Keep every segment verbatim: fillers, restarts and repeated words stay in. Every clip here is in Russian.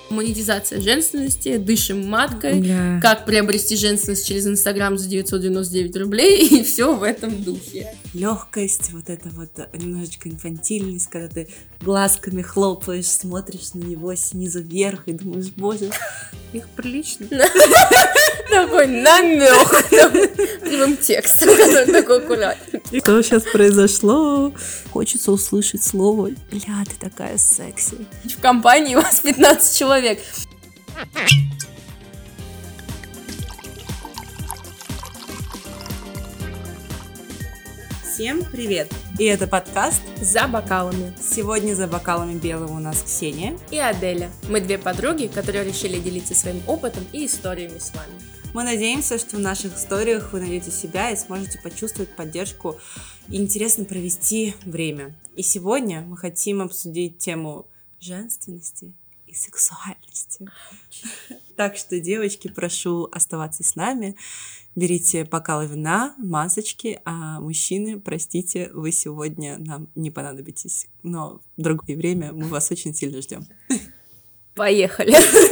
Монетизация женственности, дышим маткой, Да. как приобрести женственность через Инстаграм за девятьсот девяносто девять рублей, и все в этом духе. Легкость, вот это вот немножечко инфантильность, когда ты глазками хлопаешь, смотришь на него снизу вверх и думаешь, боже, их прилично. Такой намек прямым текстом, который такой аккуратный. Что сейчас произошло? Хочется услышать слово «Бля, ты такая секси». В компании у вас пятнадцать человек. Всем привет! И это подкаст За бокалами. «Сегодня за бокалами белого» у нас Ксения. И Аделя. Мы две подруги, которые решили делиться своим опытом и историями с вами. Мы надеемся, что в наших историях вы найдете себя и сможете почувствовать поддержку и интересно провести время. И сегодня мы хотим обсудить тему женственности и сексуальности. Так что, девочки, прошу оставаться с нами. Берите бокалы вина, масочки, а мужчины, простите, вы сегодня нам не понадобитесь. Но в другое время мы вас очень сильно ждем. Поехали.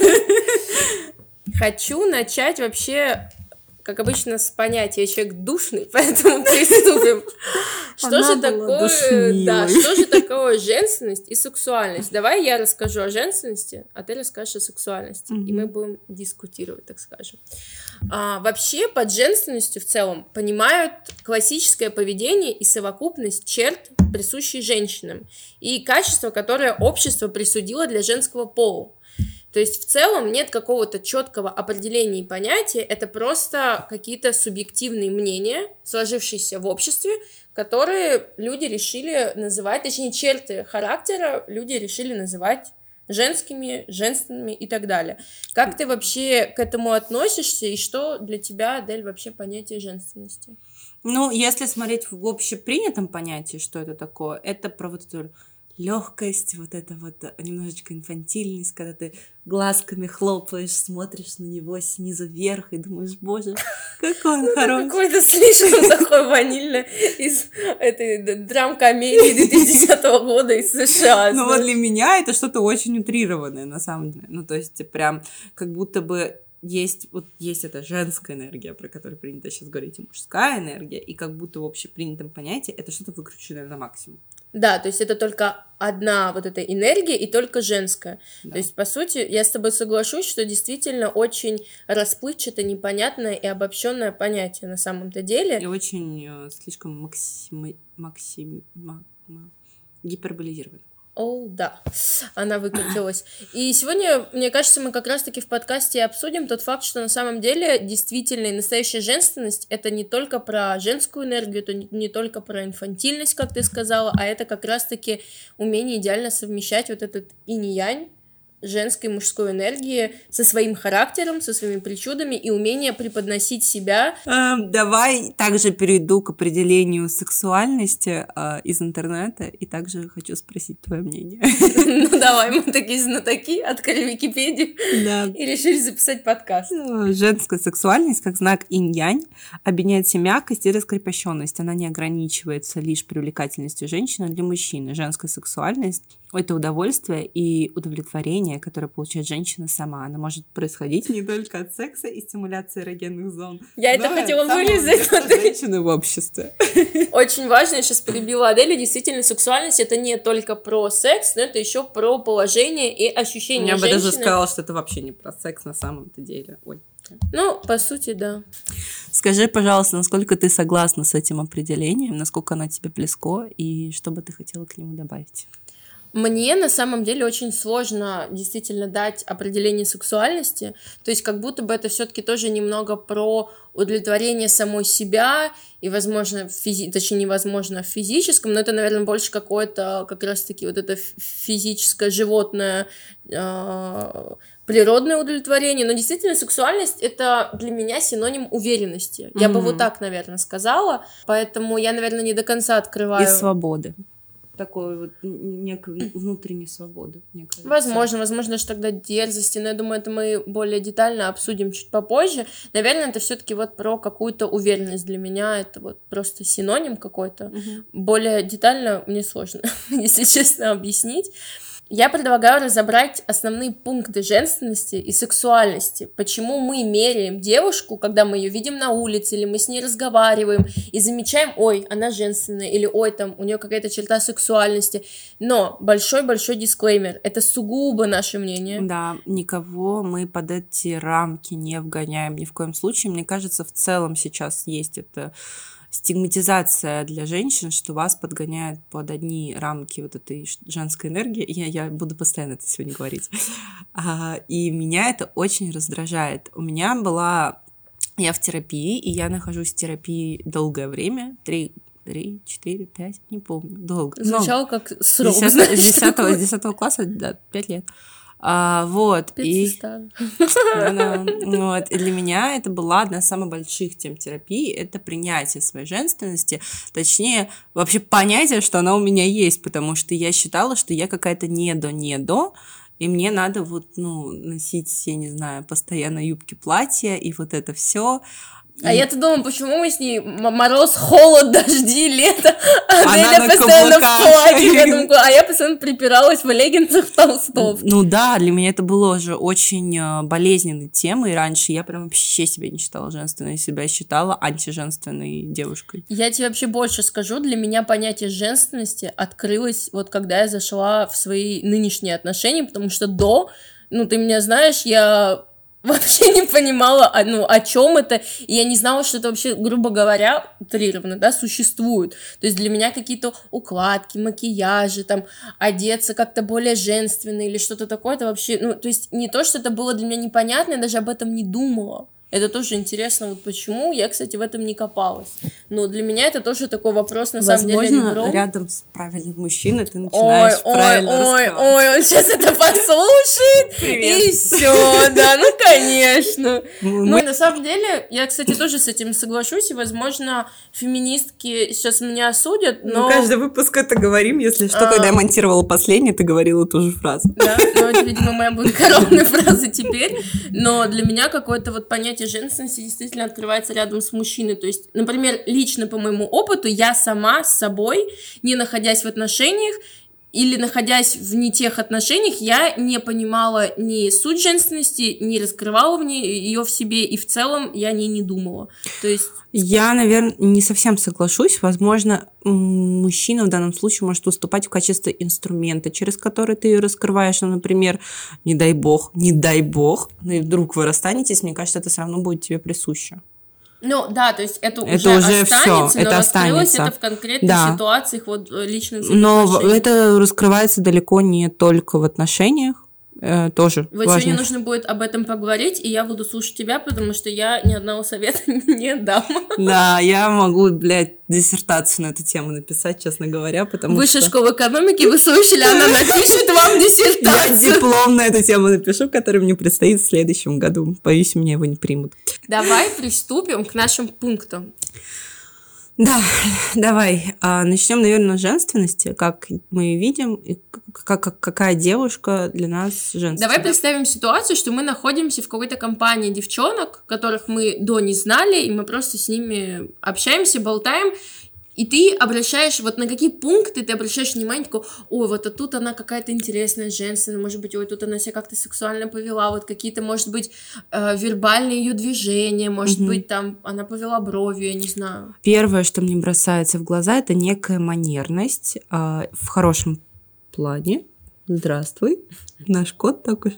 Хочу начать вообще, как обычно, с понятия «я человек душный», поэтому приступим. Что Она же была такое, душнилой. да, что же такое женственность и сексуальность? Давай я расскажу о женственности, а ты расскажешь о сексуальности, Мгм. и мы будем дискутировать, так скажем. А, вообще под женственностью в целом понимают классическое поведение и совокупность черт, присущие женщинам, и качества, которые общество присудило для женского пола. То есть в целом нет какого-то четкого определения и понятия, это просто какие-то субъективные мнения, сложившиеся в обществе, которые люди решили называть, точнее черты характера люди решили называть женскими, женственными и так далее. Как ты вообще к этому относишься и что для тебя, Адель, вообще понятие женственности? Ну, если смотреть в общепринятом понятии, что это такое, это про вот эту легкость, вот это вот немножечко инфантильность, когда ты глазками хлопаешь, смотришь на него снизу вверх и думаешь, боже, какой он хороший. Какой-то слишком такой ванильный из этой драм-комедии две тысячи десятого года из США. Ну вот для меня это что-то очень утрированное на самом деле. Ну то есть прям как будто бы есть вот есть эта женская энергия, про которую принято сейчас говорить, и мужская энергия, и как будто в общепринятом понятии это что-то выкрученное на максимум. Да, то есть это только одна вот эта энергия и только женская. Да. То есть, по сути, я с тобой соглашусь, что действительно очень расплывчатое, непонятное и обобщенное понятие на самом-то деле. И очень э, слишком максим... максим... ма- ма- гиперболизировано. О, да, она выкрутилась. И сегодня, мне кажется, мы как раз-таки в подкасте обсудим тот факт, что на самом деле действительно и настоящая женственность — это не только про женскую энергию, это не не только про инфантильность, как ты сказала, а это как раз-таки умение идеально совмещать вот этот инь-янь женской и мужской энергии со своим характером, со своими причудами и умение преподносить себя. Эм, давай также перейду к определению сексуальности э, из интернета, и также хочу спросить твое мнение. Ну давай, мы такие знатоки, открыли Википедию Да. и решили записать подкаст. Э, Женская сексуальность, как знак инь-янь, объединяет в себе мягкость и раскрепощенность. Она не ограничивается лишь привлекательностью женщины для мужчины. Женская сексуальность — это удовольствие и удовлетворение, которое получает женщина сама. Она может происходить не только от секса и стимуляции эрогенных зон. Я это но и хотела от самого вырезать, места но ты- женщины в обществе. Очень важно, я сейчас перебила Аделю, действительно, сексуальность — это не только про секс, но это еще про положение и ощущение Я бы женщины. даже сказала, что это вообще не про секс на самом-то деле. Ой. Ну, по сути, да. Скажи, пожалуйста, насколько ты согласна с этим определением, насколько оно тебе близко, и что бы ты хотела к нему добавить? Мне на самом деле очень сложно действительно дать определение сексуальности, то есть как будто бы это все-таки тоже немного про удовлетворение самой себя и, возможно, физи... точнее, невозможно в физическом, но это, наверное, больше какое-то как раз-таки вот это физическое животное э, природное удовлетворение, но действительно сексуальность — это для меня синоним уверенности, я Mm-hmm. бы вот так, наверное, сказала, поэтому я, наверное, не до конца открываю. И свободы. Такой вот некой внутренней свободы, мне кажется. Возможно, возможно, что тогда дерзости, но я думаю, это мы более детально обсудим чуть попозже. Наверное, это все-таки вот про какую-то уверенность для меня, это вот просто синоним какой-то. Угу. Более детально мне сложно, если честно, объяснить. Я предлагаю разобрать основные пункты женственности и сексуальности. Почему мы меряем девушку, когда мы ее видим на улице, или мы с ней разговариваем, и замечаем, ой, она женственная, или ой, там, у нее какая-то черта сексуальности. Но большой-большой дисклеймер, это сугубо наше мнение. Да, никого мы под эти рамки не вгоняем ни в коем случае. Мне кажется, в целом сейчас есть это... стигматизация для женщин, что вас подгоняют под одни рамки вот этой женской энергии. Я, я буду постоянно это сегодня говорить. А, и меня это очень раздражает. У меня была... Я в терапии, и я нахожусь в терапии долгое время. Три, три, четыре, пять, не помню. Долго. Звучало Но как срок. С десятого, с десятого класса, да, пять лет. А, вот, и... вот, и для меня это была одна из самых больших тем терапии, это принятие своей женственности, точнее, вообще понятие, что она у меня есть, потому что я считала, что я какая-то недо-недо, и мне надо вот, ну, носить, я не знаю, постоянно юбки, платья, и вот это все. А и... я-то думаю, почему мы с ней мороз, холод, дожди, лето, а Она Неля постоянно в платье, я думаю, а я постоянно припиралась в леггинсах, в толстовке. Ну да, для меня это было уже очень болезненной темой раньше, я прям вообще себя не считала женственной, себя считала антиженственной девушкой. Я тебе вообще больше скажу, для меня понятие женственности открылось вот когда я зашла в свои нынешние отношения, потому что до, ну ты меня знаешь, я... вообще не понимала, ну, о чем это, и я не знала, что это вообще, грубо говоря, утрированно, да, существует. То есть для меня какие-то укладки, макияжи, там, одеться как-то более женственно или что-то такое, это вообще, ну, то есть не то, что это было для меня непонятно, я даже об этом не думала. Это тоже интересно, вот почему, я, кстати, в этом не копалась. Но для меня это тоже такой вопрос, на Возможно, самом деле, ребром. Рядом с правильным мужчиной ты начинаешь ой, правильно ой, ой, ой, он сейчас это послушает, Привет. И все, да, ну, конечно. Мы... Ну, на самом деле, я, кстати, тоже с этим соглашусь, и, возможно, феминистки сейчас меня осудят, но... Мы каждый выпуск это говорим, если что, а... когда я монтировала последний, ты говорила ту же фразу. Да, ну, это, видимо, моя будет коронная фраза теперь, но для меня какое-то вот понятие женственности действительно открывается рядом с мужчиной. То есть, например, лично по моему опыту, я сама с собой, не находясь в отношениях, или находясь в не тех отношениях, я не понимала ни суть женственности, не раскрывала в ней ее в себе, и в целом я о ней не думала. То есть... Я, наверное, не совсем соглашусь. Возможно, мужчина в данном случае может выступать в качестве инструмента, через который ты ее раскрываешь. Ну, например, не дай бог, не дай бог, ну и вдруг вы расстанетесь, мне кажется, это все равно будет тебе присуще. Ну, да, то есть это, это уже, уже останется, всё, но это раскрылось останется. Это в конкретных да. ситуациях, вот личных взаимоотношений. Но это раскрывается далеко не только в отношениях. Э, тоже вот важно. Сегодня нужно будет об этом поговорить, и я буду слушать тебя, потому что я ни одного совета не дам. Да, я могу, блядь, диссертацию на эту тему написать, честно говоря, потому Высшая что... школа экономики, вы слышали, она напишет вам диссертацию. Я диплом на эту тему напишу, который мне предстоит в следующем году. Боюсь, меня его не примут. Давай приступим к нашим пунктам. Да, давай. А, начнем, наверное, с женственности, как мы видим, и как, как, какая девушка для нас женственная. Давай представим ситуацию, что мы находимся в какой-то компании девчонок, которых мы до не знали, и мы просто с ними общаемся, болтаем, и ты обращаешь, вот на какие пункты ты обращаешь внимание, такой, ой, вот а тут она какая-то интересная, женственная, может быть, ой, тут она себя как-то сексуально повела, вот какие-то, может быть, э, вербальные ее движения, может mm-hmm. быть, там, она повела бровью, я не знаю. Первое, что мне бросается в глаза, это некая манерность э, в хорошем плане. Здравствуй, наш кот такой.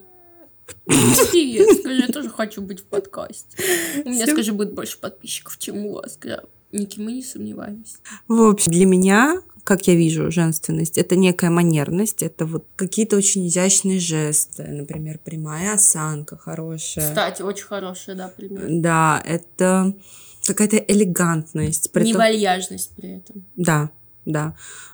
Привет, скажи, я тоже хочу быть в подкасте. У меня, скажи, будет больше подписчиков, чем у вас, Ники, мы не сомневаемся. В общем, для меня, как я вижу женственность, это некая манерность, это вот какие-то очень изящные жесты, например, прямая осанка хорошая. Кстати, очень хорошая, да, пример. Да, это какая-то элегантность. Не вальяжность при этом. Да, да.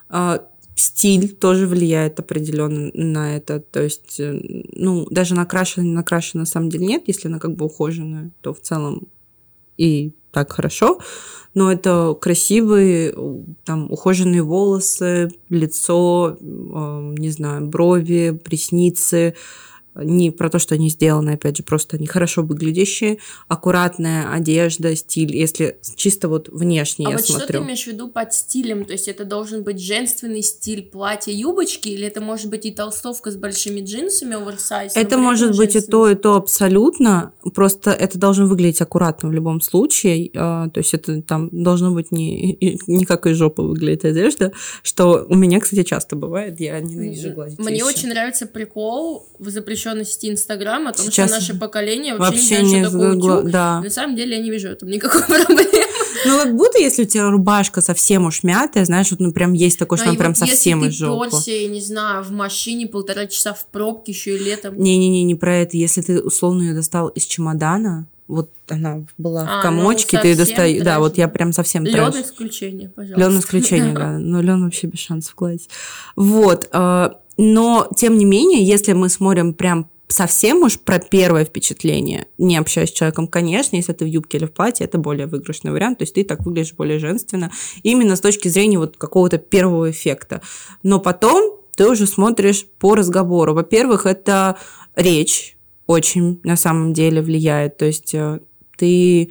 Стиль тоже влияет определенно на это, то есть, ну, даже накрашена, не накрашена на самом деле нет, если она как бы ухоженная, то в целом и так хорошо, но это красивые, там, ухоженные волосы, лицо, э, не знаю, брови, ресницы, не про то, что они сделаны, опять же, просто они хорошо выглядящие, аккуратная одежда, стиль, если чисто вот внешне а я вот смотрю. Что ты имеешь в виду под стилем? То есть это должен быть женственный стиль платья, юбочки, или это может быть и толстовка с большими джинсами, оверсайз? Это может быть и то, и то абсолютно, просто это должно выглядеть аккуратно в любом случае, то есть это там должно быть не, не как из жопы выглядит одежда, что у меня, кстати, часто бывает, я ненавижу гладить Мне вещи. очень нравится прикол в запрещенности Инстаграма о том, Сейчас что наше поколение вообще, вообще не знает, не что такое гла- утюг. да. На самом деле я не вижу в этом никакой проблемы. Ну, как будто, если у тебя рубашка совсем уж мятая, знаешь, вот, ну, прям есть такое, что Ну, она и прям вот совсем из если ты жопы. пёрся, я не знаю, в машине полтора часа в пробке, еще и летом. Не-не-не, не про это. Если ты условно ее достал из чемодана, вот она была А, в комочке, ну, ты совсем достаешь. Да, трэш, вот я да. прям совсем Лён трэш. исключение, пожалуйста. Лён исключение, да. Но Лён вообще без шансов гладить. Вот. э, Но, тем не менее, если мы смотрим прям совсем уж про первое впечатление, не общаясь с человеком, конечно, если ты в юбке или в платье, это более выигрышный вариант, то есть ты так выглядишь более женственно, именно с точки зрения вот какого-то первого эффекта. Но потом ты уже смотришь по разговору. Во-первых, это речь очень на самом деле влияет, то есть э, ты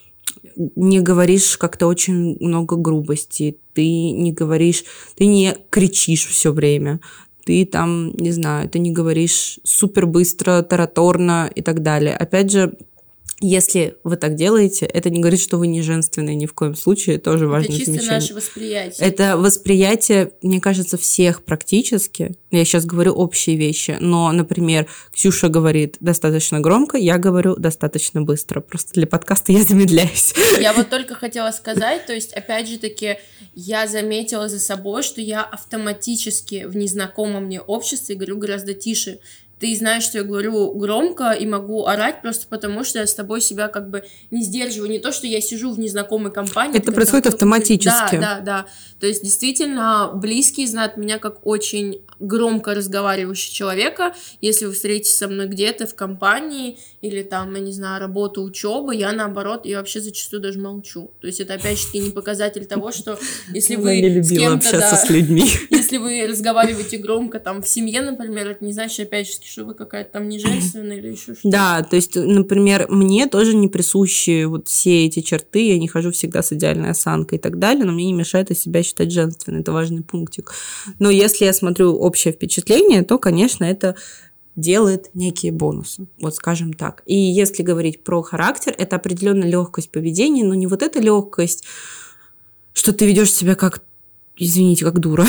не говоришь как-то очень много грубости, ты не говоришь, ты не кричишь все время, ты там, не знаю, ты не говоришь супер быстро, тараторно и так далее. Опять же, если вы так делаете, это не говорит, что вы не женственные ни в коем случае, тоже важное Это чисто замечание. наше восприятие. Это восприятие, мне кажется, всех практически. Я сейчас говорю общие вещи, но, например, Ксюша говорит достаточно громко, я говорю достаточно быстро. Просто для подкаста я замедляюсь. Я вот только хотела сказать, то есть, опять же таки, я заметила за собой, что я автоматически в незнакомом мне обществе говорю гораздо тише. Ты знаешь, что я говорю громко и могу орать просто потому, что я с тобой себя как бы не сдерживаю. Не то, что я сижу в незнакомой компании. Это происходит автоматически. Да, да, да. То есть, действительно, близкие знают меня как очень громко разговаривающего человека. Если вы встретитесь со мной где-то в компании или там, я не знаю, работа, учеба, я наоборот, я вообще зачастую даже молчу. То есть, это опять же таки не показатель того, что если вы Я не любила с кем-то, общаться да, с людьми. если вы разговариваете громко там в семье, например, это не значит, опять же, что вы какая-то там не женственная или еще что-то. Да, то есть, например, мне тоже не присущи вот все эти черты, я не хожу всегда с идеальной осанкой и так далее, но мне не мешает из себя считать женственной, это важный пунктик. Но если я смотрю общее впечатление, то, конечно, это делает некие бонусы, вот скажем так. И если говорить про характер, это определенная легкость поведения, но не вот эта легкость, что ты ведешь себя как, извините, как дура.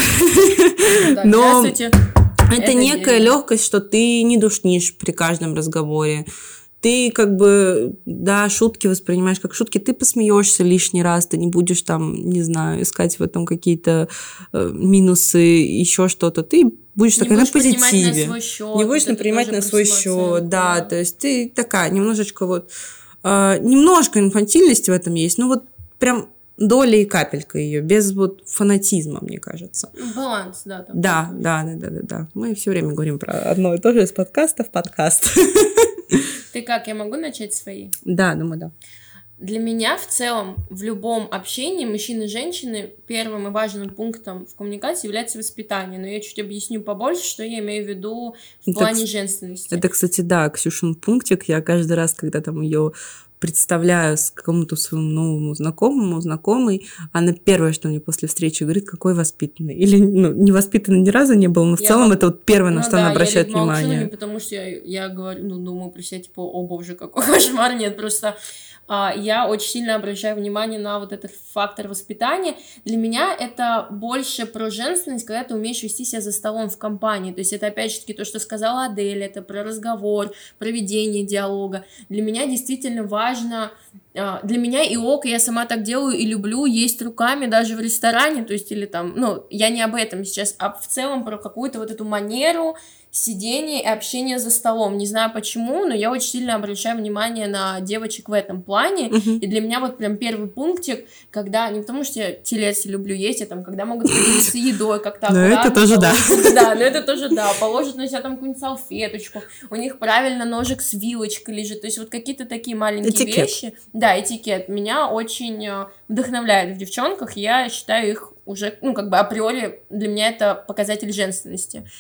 Да, но здравствуйте. это, это некая легкость, что ты не душнишь при каждом разговоре. Ты как бы, да, шутки воспринимаешь как шутки, ты посмеешься лишний раз, ты не будешь там, не знаю, искать в этом какие-то э, минусы, еще что-то. Ты будешь не такая будешь на позитиве. На свой счет, не будешь вот принимать на свой счет, да, да. То есть ты такая немножечко вот, э, немножко инфантильности в этом есть, ну вот прям доля и капелька ее, без вот фанатизма, мне кажется. Баланс, да. Там да, да, да, да, да, да. Мы все время говорим про одно и то же из подкаста в подкаст. Ты как, я могу начать свои? Да, думаю, да. Для меня в целом в любом общении мужчины и женщины первым и важным пунктом в коммуникации является воспитание. Но я чуть объясню побольше, что я имею в виду в это, плане женственности. Это, кстати, да, Ксюшин пунктик. Я каждый раз, когда там ее представляю с какому-то своему новому знакомому, знакомой, она первое, что мне после встречи говорит, какой воспитанный. Или, ну, не воспитанный ни разу не был, но в я целом мог... это вот первое, на ну, что да, она обращает я внимание. Молчу, потому что я, я говорю, ну, думаю про себя, типа, о боже, какой кошмар, нет, просто а, я очень сильно обращаю внимание на вот этот фактор воспитания. Для меня это больше про женственность, когда ты умеешь вести себя за столом в компании, то есть это опять же таки то, что сказала Адель, это про разговор, про ведение диалога. Для меня действительно важно важно, для меня и ок, я сама так делаю и люблю есть руками даже в ресторане, то есть или там, ну, я не об этом сейчас, а в целом про какую-то вот эту манеру сидения и общения за столом. Не знаю почему, но я очень сильно обращаю внимание на девочек в этом плане, uh-huh. и для меня вот прям первый пунктик, когда, не потому что я телец люблю есть, а там, когда могут поделиться едой как-то аккуратно. Ну, это тоже да. Да, ну это тоже да, положат на себя там какую-нибудь салфеточку, у них правильно ножик с вилочкой лежит, то есть вот какие-то такие маленькие этикет. Вещи. Да, этикет. Меня очень вдохновляет в девчонках, я считаю их уже, ну, как бы априори для меня это показатель женственности.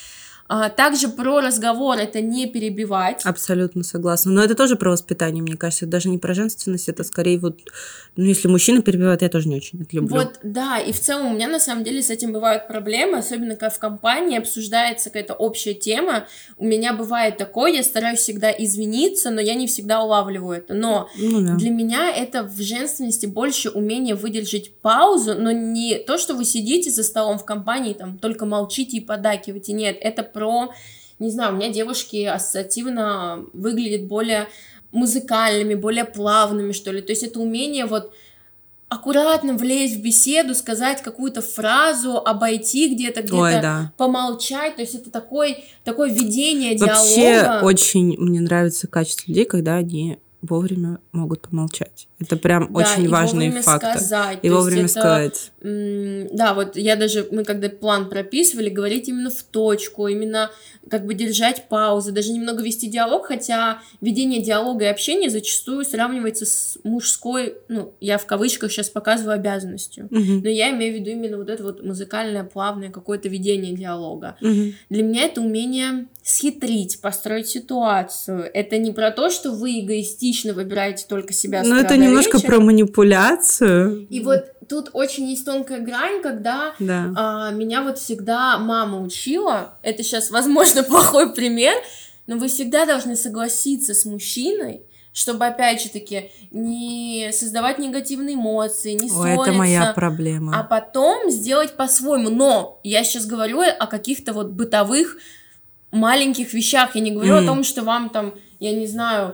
А, также про разговор — это не перебивать. Абсолютно согласна. Но это тоже про воспитание, мне кажется. Это даже не про женственность, это скорее вот... Ну, если мужчина перебивает, я тоже не очень это люблю. Вот, да, и в целом у меня на самом деле с этим бывают проблемы, особенно когда в компании обсуждается какая-то общая тема. У меня бывает такое, я стараюсь всегда извиниться, но я не всегда улавливаю это. Но ну, да. для меня это в женственности больше умение выдержать паузу, но не то, что вы сидите за столом в компании, там, только молчите и поддакиваете. Нет, это про, не знаю, у меня девушки ассоциативно выглядят более музыкальными, более плавными, что ли. То есть это умение вот аккуратно влезть в беседу, сказать какую-то фразу, обойти где-то, где-то Ой, да. помолчать. То есть это такой, такое ведение диалога. Вообще очень мне нравится качество людей, когда они вовремя могут помолчать. Это прям да, очень и важный вовремя фактор. сказать. И То вовремя есть это, сказать. М- да, вот я даже, мы когда план прописывали, говорить именно в точку, именно как бы держать паузы, даже немного вести диалог, хотя ведение диалога и общения зачастую сравнивается с мужской, ну, я в кавычках сейчас показываю обязанностью, Угу. но я имею в виду именно вот это вот музыкальное, плавное какое-то ведение диалога. Угу. Для меня это умение схитрить, построить ситуацию. Это не про то, что вы эгоистично выбираете только себя. Но это немножко речи. про манипуляцию. И вот тут очень есть тонкая грань, когда да. а, меня вот всегда мама учила, это сейчас, возможно, плохой пример, но вы всегда должны согласиться с мужчиной, чтобы, опять же таки, не создавать негативные эмоции, не ссориться. Ой, это моя проблема. А потом сделать по-своему. Но я сейчас говорю о каких-то вот бытовых маленьких вещах. Я не говорю mm. о том, что вам там, я не знаю,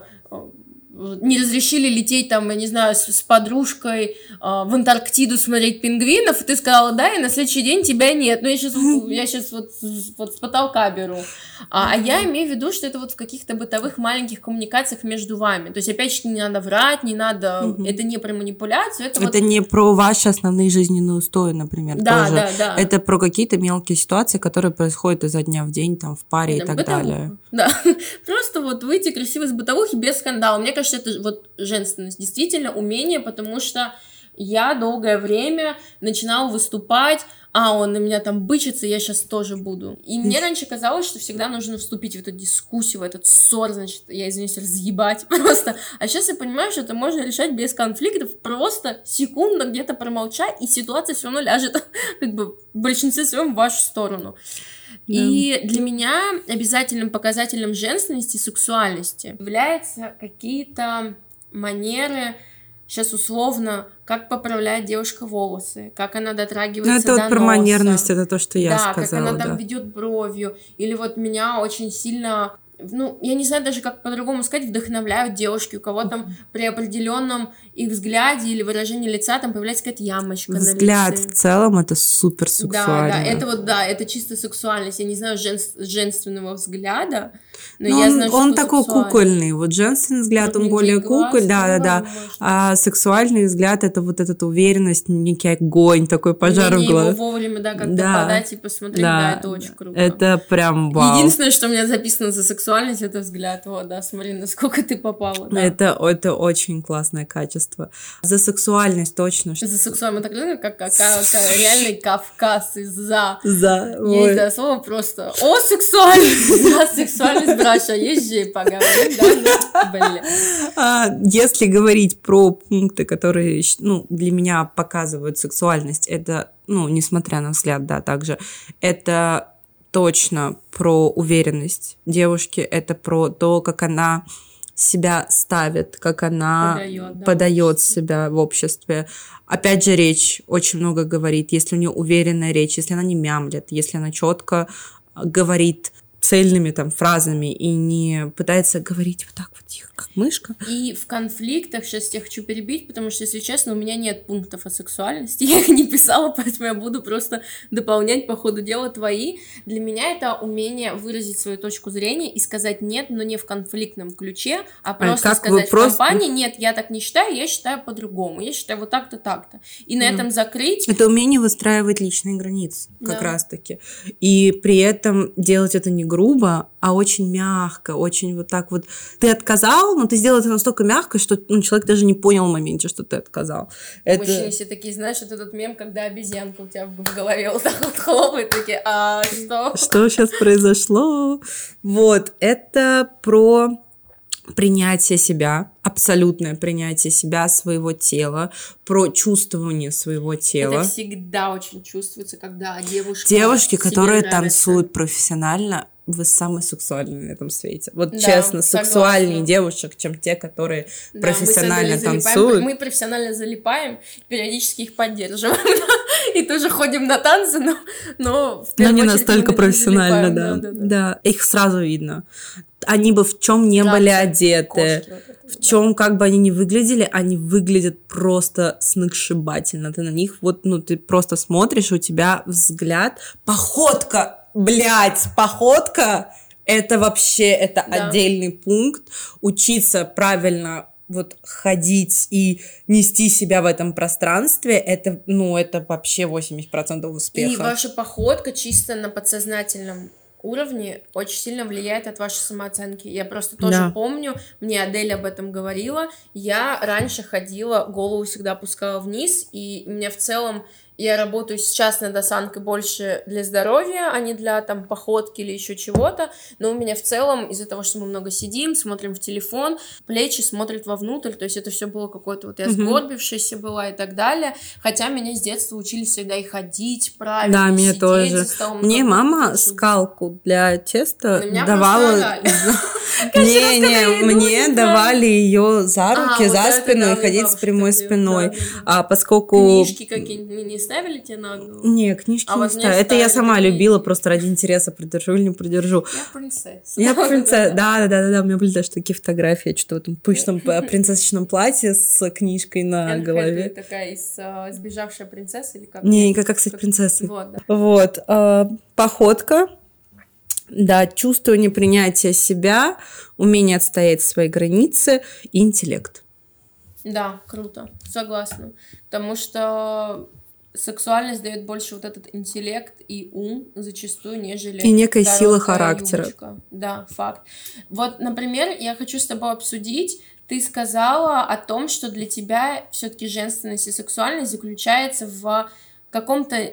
не разрешили лететь там, я не знаю, с, с подружкой э, в Антарктиду смотреть пингвинов, и ты сказала да, и на следующий день тебя нет. Ну, я сейчас, я сейчас вот, вот с потолка беру. А, а я имею в виду, что это вот в каких-то бытовых маленьких коммуникациях между вами. То есть, опять же, не надо врать, не надо... Mm-hmm. Это не про манипуляцию, это, это вот... не про ваши основные жизненные устои, например, да, тоже. Да, да. Это про какие-то мелкие ситуации, которые происходят изо дня в день, там, в паре да, и так бытовуха. далее. Да, просто вот выйти красиво из бытовухи без скандала. Мне кажется, это вот женственность, действительно умение, потому что я долгое время начинала выступать, а он на меня там бычится, я сейчас тоже буду. И мне раньше казалось, что всегда нужно вступить в эту дискуссию, в этот ссор, значит, я, извиняюсь, разъебать просто. А сейчас я понимаю, что это можно решать без конфликтов, просто секунду где-то промолчать, и ситуация все равно ляжет как бы в большинстве своем в вашу сторону. И для меня обязательным показателем женственности и сексуальности являются какие-то манеры, сейчас условно, как поправляет девушка волосы, как она дотрагивается ну, это до вот носа. про манерность, это то, что я да, сказала. Да, как она да. там ведет бровью. Или вот меня очень сильно... Ну, я не знаю даже, как по-другому сказать, вдохновляют девушки, у кого там при определенном их взгляде или выражении лица там появляется какая-то ямочка Взгляд на лице. в целом это супер сексуально. Да, да, это вот, да, это чисто сексуальность. Я не знаю жен... женственного взгляда, но, но я он, знаю, он что такой сексуальный. Кукольный, вот женственный взгляд, он более кукольный, да, да, да, а сексуальный взгляд это вот эта уверенность, некий огонь, такой пожар в глазах. Его вовремя, да, как-то да. подать и посмотреть, да, да, это очень круто. Это прям вау. Единственное, что у меня записано за сексуальность, это взгляд. Вот, да, смотри, насколько ты попала. Да. Это, это очень классное качество. За сексуальность точно. Что... За сексуальность, мы так говорим, как, как, как, как реальный Кавказ из-за. За. Есть, Ой. да, слово просто. О, сексуальность! За сексуальность, браша, езжай, поговорим, да? Блин. А, если говорить про пункты, которые, ну, для меня показывают сексуальность, это, ну, несмотря на взгляд, да, также, это точно про уверенность девушки, это про то, как она себя ставит, как она подает, да, подает себя в обществе. Опять же, речь очень много говорит, если у нее уверенная речь, если она не мямлет, если она четко говорит цельными там фразами и не пытается говорить вот так вот тихо, как мышка. И в конфликтах, сейчас я хочу перебить, потому что, если честно, у меня нет пунктов о сексуальности, я их не писала, поэтому я буду просто дополнять по ходу дела твои. Для меня это умение выразить свою точку зрения и сказать нет, но не в конфликтном ключе, а просто а сказать просто... в компании, нет, я так не считаю, я считаю по-другому, я считаю вот так-то, так-то. И на mm. этом закрыть. Это умение выстраивать личные границы, как да. раз-таки. И при этом делать это не грубо, грубо, а очень мягко, очень вот так вот. Ты отказал, но ты сделал это настолько мягко, что ну, человек даже не понял в моменте, что ты отказал. Это... Мужчины все такие, знаешь, вот этот мем, когда обезьянка у тебя в голове вот так вот хлопает, такие, а что? Что сейчас произошло? Вот, это про принятие себя, абсолютное принятие себя, своего тела, про чувствование своего тела. Это всегда очень чувствуется, когда девушка... Девушки, которые нравится. танцуют профессионально, вы самые сексуальные на этом свете. Вот Да, честно, согласна. сексуальнее девушек, чем те, которые Да, профессионально мы залипаем, танцуют. Мы профессионально залипаем, периодически их поддерживаем, и тоже ходим на танцы, но, но в Но первую не очередь настолько мы профессионально, залипаем, да. да, да. да, Да, их сразу видно. Они бы в чем не да. были Кожа, одеты, кошки вот это, в да. чем как бы они ни выглядели, они выглядят просто сногсшибательно. Ты на них вот, ну, ты просто смотришь, у тебя взгляд, походка, блядь, походка, это вообще, это Да. отдельный пункт. Учиться правильно вот ходить и нести себя в этом пространстве, это, ну, это вообще восемьдесят процентов успеха. И ваша походка чисто на подсознательном уровне очень сильно влияет от вашей самооценки. Я просто тоже Да. помню, мне Адель об этом говорила, я раньше ходила, голову всегда опускала вниз, и у меня в целом, я работаю сейчас над осанкой больше для здоровья, а не для там походки или еще чего-то, но у меня в целом из-за того, что мы много сидим, смотрим в телефон, плечи смотрят вовнутрь, то есть это все было какое-то вот я Мгм. сгорбившаяся была и так далее, хотя меня с детства учили всегда и ходить правильно, Да, и меня сидеть тоже. за столом. Мне Ну, мама очень- скалку для теста На меня давала... просто орали. Не, раз, не, когда я иду, мне не давали ее за А, руки, вот за это спину да, и мне ходить с бабушка прямой так делала. спиной. Да, да, да. А поскольку... Книжки какие-нибудь не ставили тебе на голову? Не, книжки А не вот мне ставила. Это я ставили сама книги. любила, просто ради интереса, придержу или не придержу. Я принцесса. Я принцесса, да, да, да, да, у меня были даже такие фотографии, что в этом пышном э, принцессочном платье с книжкой на Энн голове. Хэтэуэй такая из а, сбежавшая принцесса или как? Не, как, как стать принцессой. Вот, да. Вот, э, походка, да, чувствование принятия себя, умение отстоять свои границы и интеллект. Да, круто, согласна. Потому что сексуальность дает больше вот этот интеллект и ум зачастую, нежели И некая сила короткая характера. юбочка. Да, факт. Вот, например, я хочу с тобой обсудить. Ты сказала о том, что для тебя все-таки женственность и сексуальность заключается в каком-то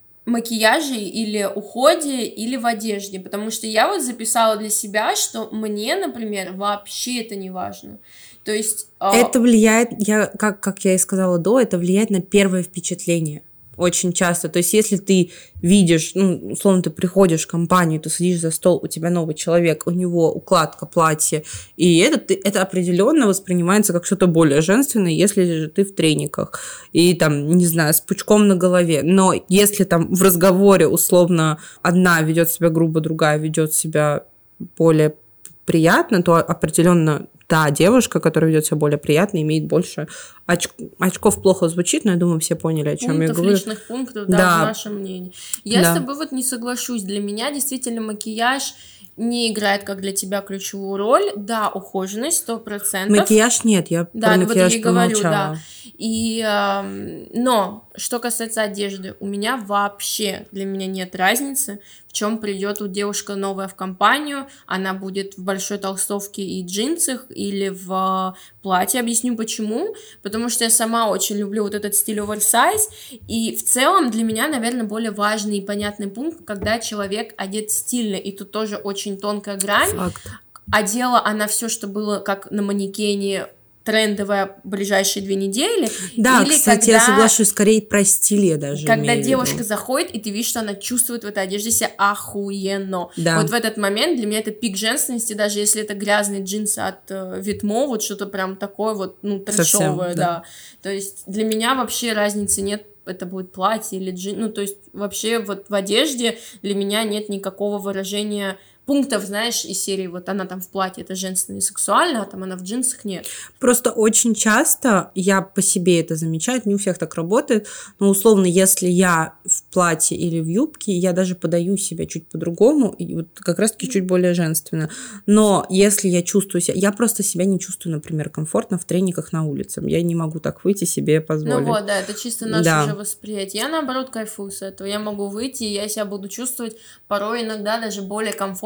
макияже или уходе, или в одежде, потому что я вот записала для себя, что мне, например, вообще это не важно. То есть... Это влияет, я, как, как я и сказала до, это влияет на первое впечатление. Очень часто. То есть, если ты видишь, ну, условно, ты приходишь в компанию, ты садишь за стол, у тебя новый человек, у него укладка, платье, и это, ты, это определенно воспринимается как что-то более женственное, если же ты в трениках и там, не знаю, с пучком на голове. Но если там в разговоре, условно, одна ведет себя грубо, другая ведет себя более приятно, то определенно та девушка, которая ведет себя более приятно, имеет больше оч... очков. Плохо звучит, но я думаю, все поняли, о чем пунктов, я говорю. личных пунктов, да, Да. в нашем мнении. Я Да. с тобой вот не соглашусь. Для меня действительно макияж не играет, как для тебя, ключевую роль. Да, ухоженность, сто процентов. Макияж нет, я Да, про вот макияж я и говорю, промолчала. да. И, эм, но, что касается одежды, у меня вообще, для меня нет разницы, в чем придет вот девушка новая в компанию, она будет в большой толстовке и джинсах или в платье. Объясню почему. Потому что я сама очень люблю вот этот стиль оверсайз, и в целом для меня, наверное, более важный и понятный пункт, когда человек одет стильно, и тут тоже очень тонкая грань. Факт. Одела она все, что было как на манекене, трендовая ближайшие две недели. Да, или кстати, когда, я соглашусь, скорее про стиль я даже когда имею в девушка виду. заходит, и ты видишь, что она чувствует в этой одежде себя охуенно. Да. Вот в этот момент для меня это пик женственности, даже если это грязные джинсы от э, Витмо, вот что-то прям такое вот, ну, трэшовое, Совсем, да. да. То есть для меня вообще разницы нет, это будет платье или джин, ну, то есть вообще вот в одежде для меня нет никакого выражения пунктов, знаешь, из серии, вот она там в платье, это женственно и сексуально, а там она в джинсах, нет. Просто очень часто, я по себе это замечаю, не у всех так работает, но условно, если я в платье или в юбке, я даже подаю себя чуть по-другому, и вот как раз-таки чуть более женственно. Но если я чувствую себя, я просто себя не чувствую, например, комфортно в трениках на улице, я не могу так выйти себе позволить. Ну вот, да, это чисто наше Да. уже восприятие. Я, наоборот, кайфую с этого. Я могу выйти, и я себя буду чувствовать порой иногда даже более комфортно,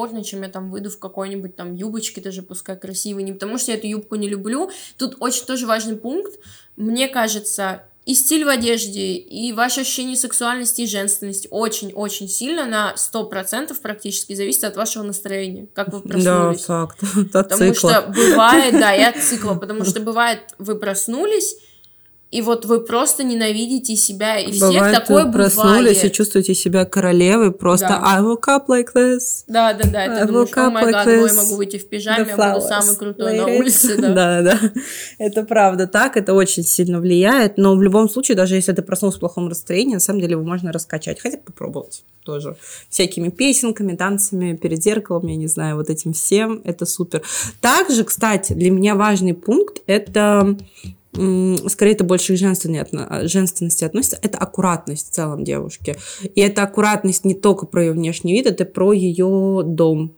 комфортно, чем я там выйду в какой-нибудь там юбочке, даже пускай красивой, не потому что я эту юбку не люблю. Тут очень тоже важный пункт, мне кажется, и стиль в одежде, и ваше ощущение сексуальности и женственности очень-очень сильно, на сто процентов практически зависит от вашего настроения, как вы проснулись. Да, факт. От потому цикла. что бывает, да, и от цикла, потому что бывает, вы проснулись, и вот вы просто ненавидите себя и всех, бывает, такое вы бывает. Проснулись и чувствуете себя королевой, просто да. I woke up like this. Да, да, да, I ты думаешь, о май гад, like я могу выйти в пижаме, я буду самый крутой ladies. на улице. Да. да, да, это правда так, это очень сильно влияет, но в любом случае, даже если ты проснулся в плохом настроении, на самом деле его можно раскачать, хотя бы попробовать тоже. Всякими песенками, танцами, перед зеркалом, я не знаю, вот этим всем, это супер. Также, кстати, для меня важный пункт, это... скорее это больше к женственности относится, это аккуратность в целом девушки. И эта аккуратность не только про ее внешний вид, это про ее дом.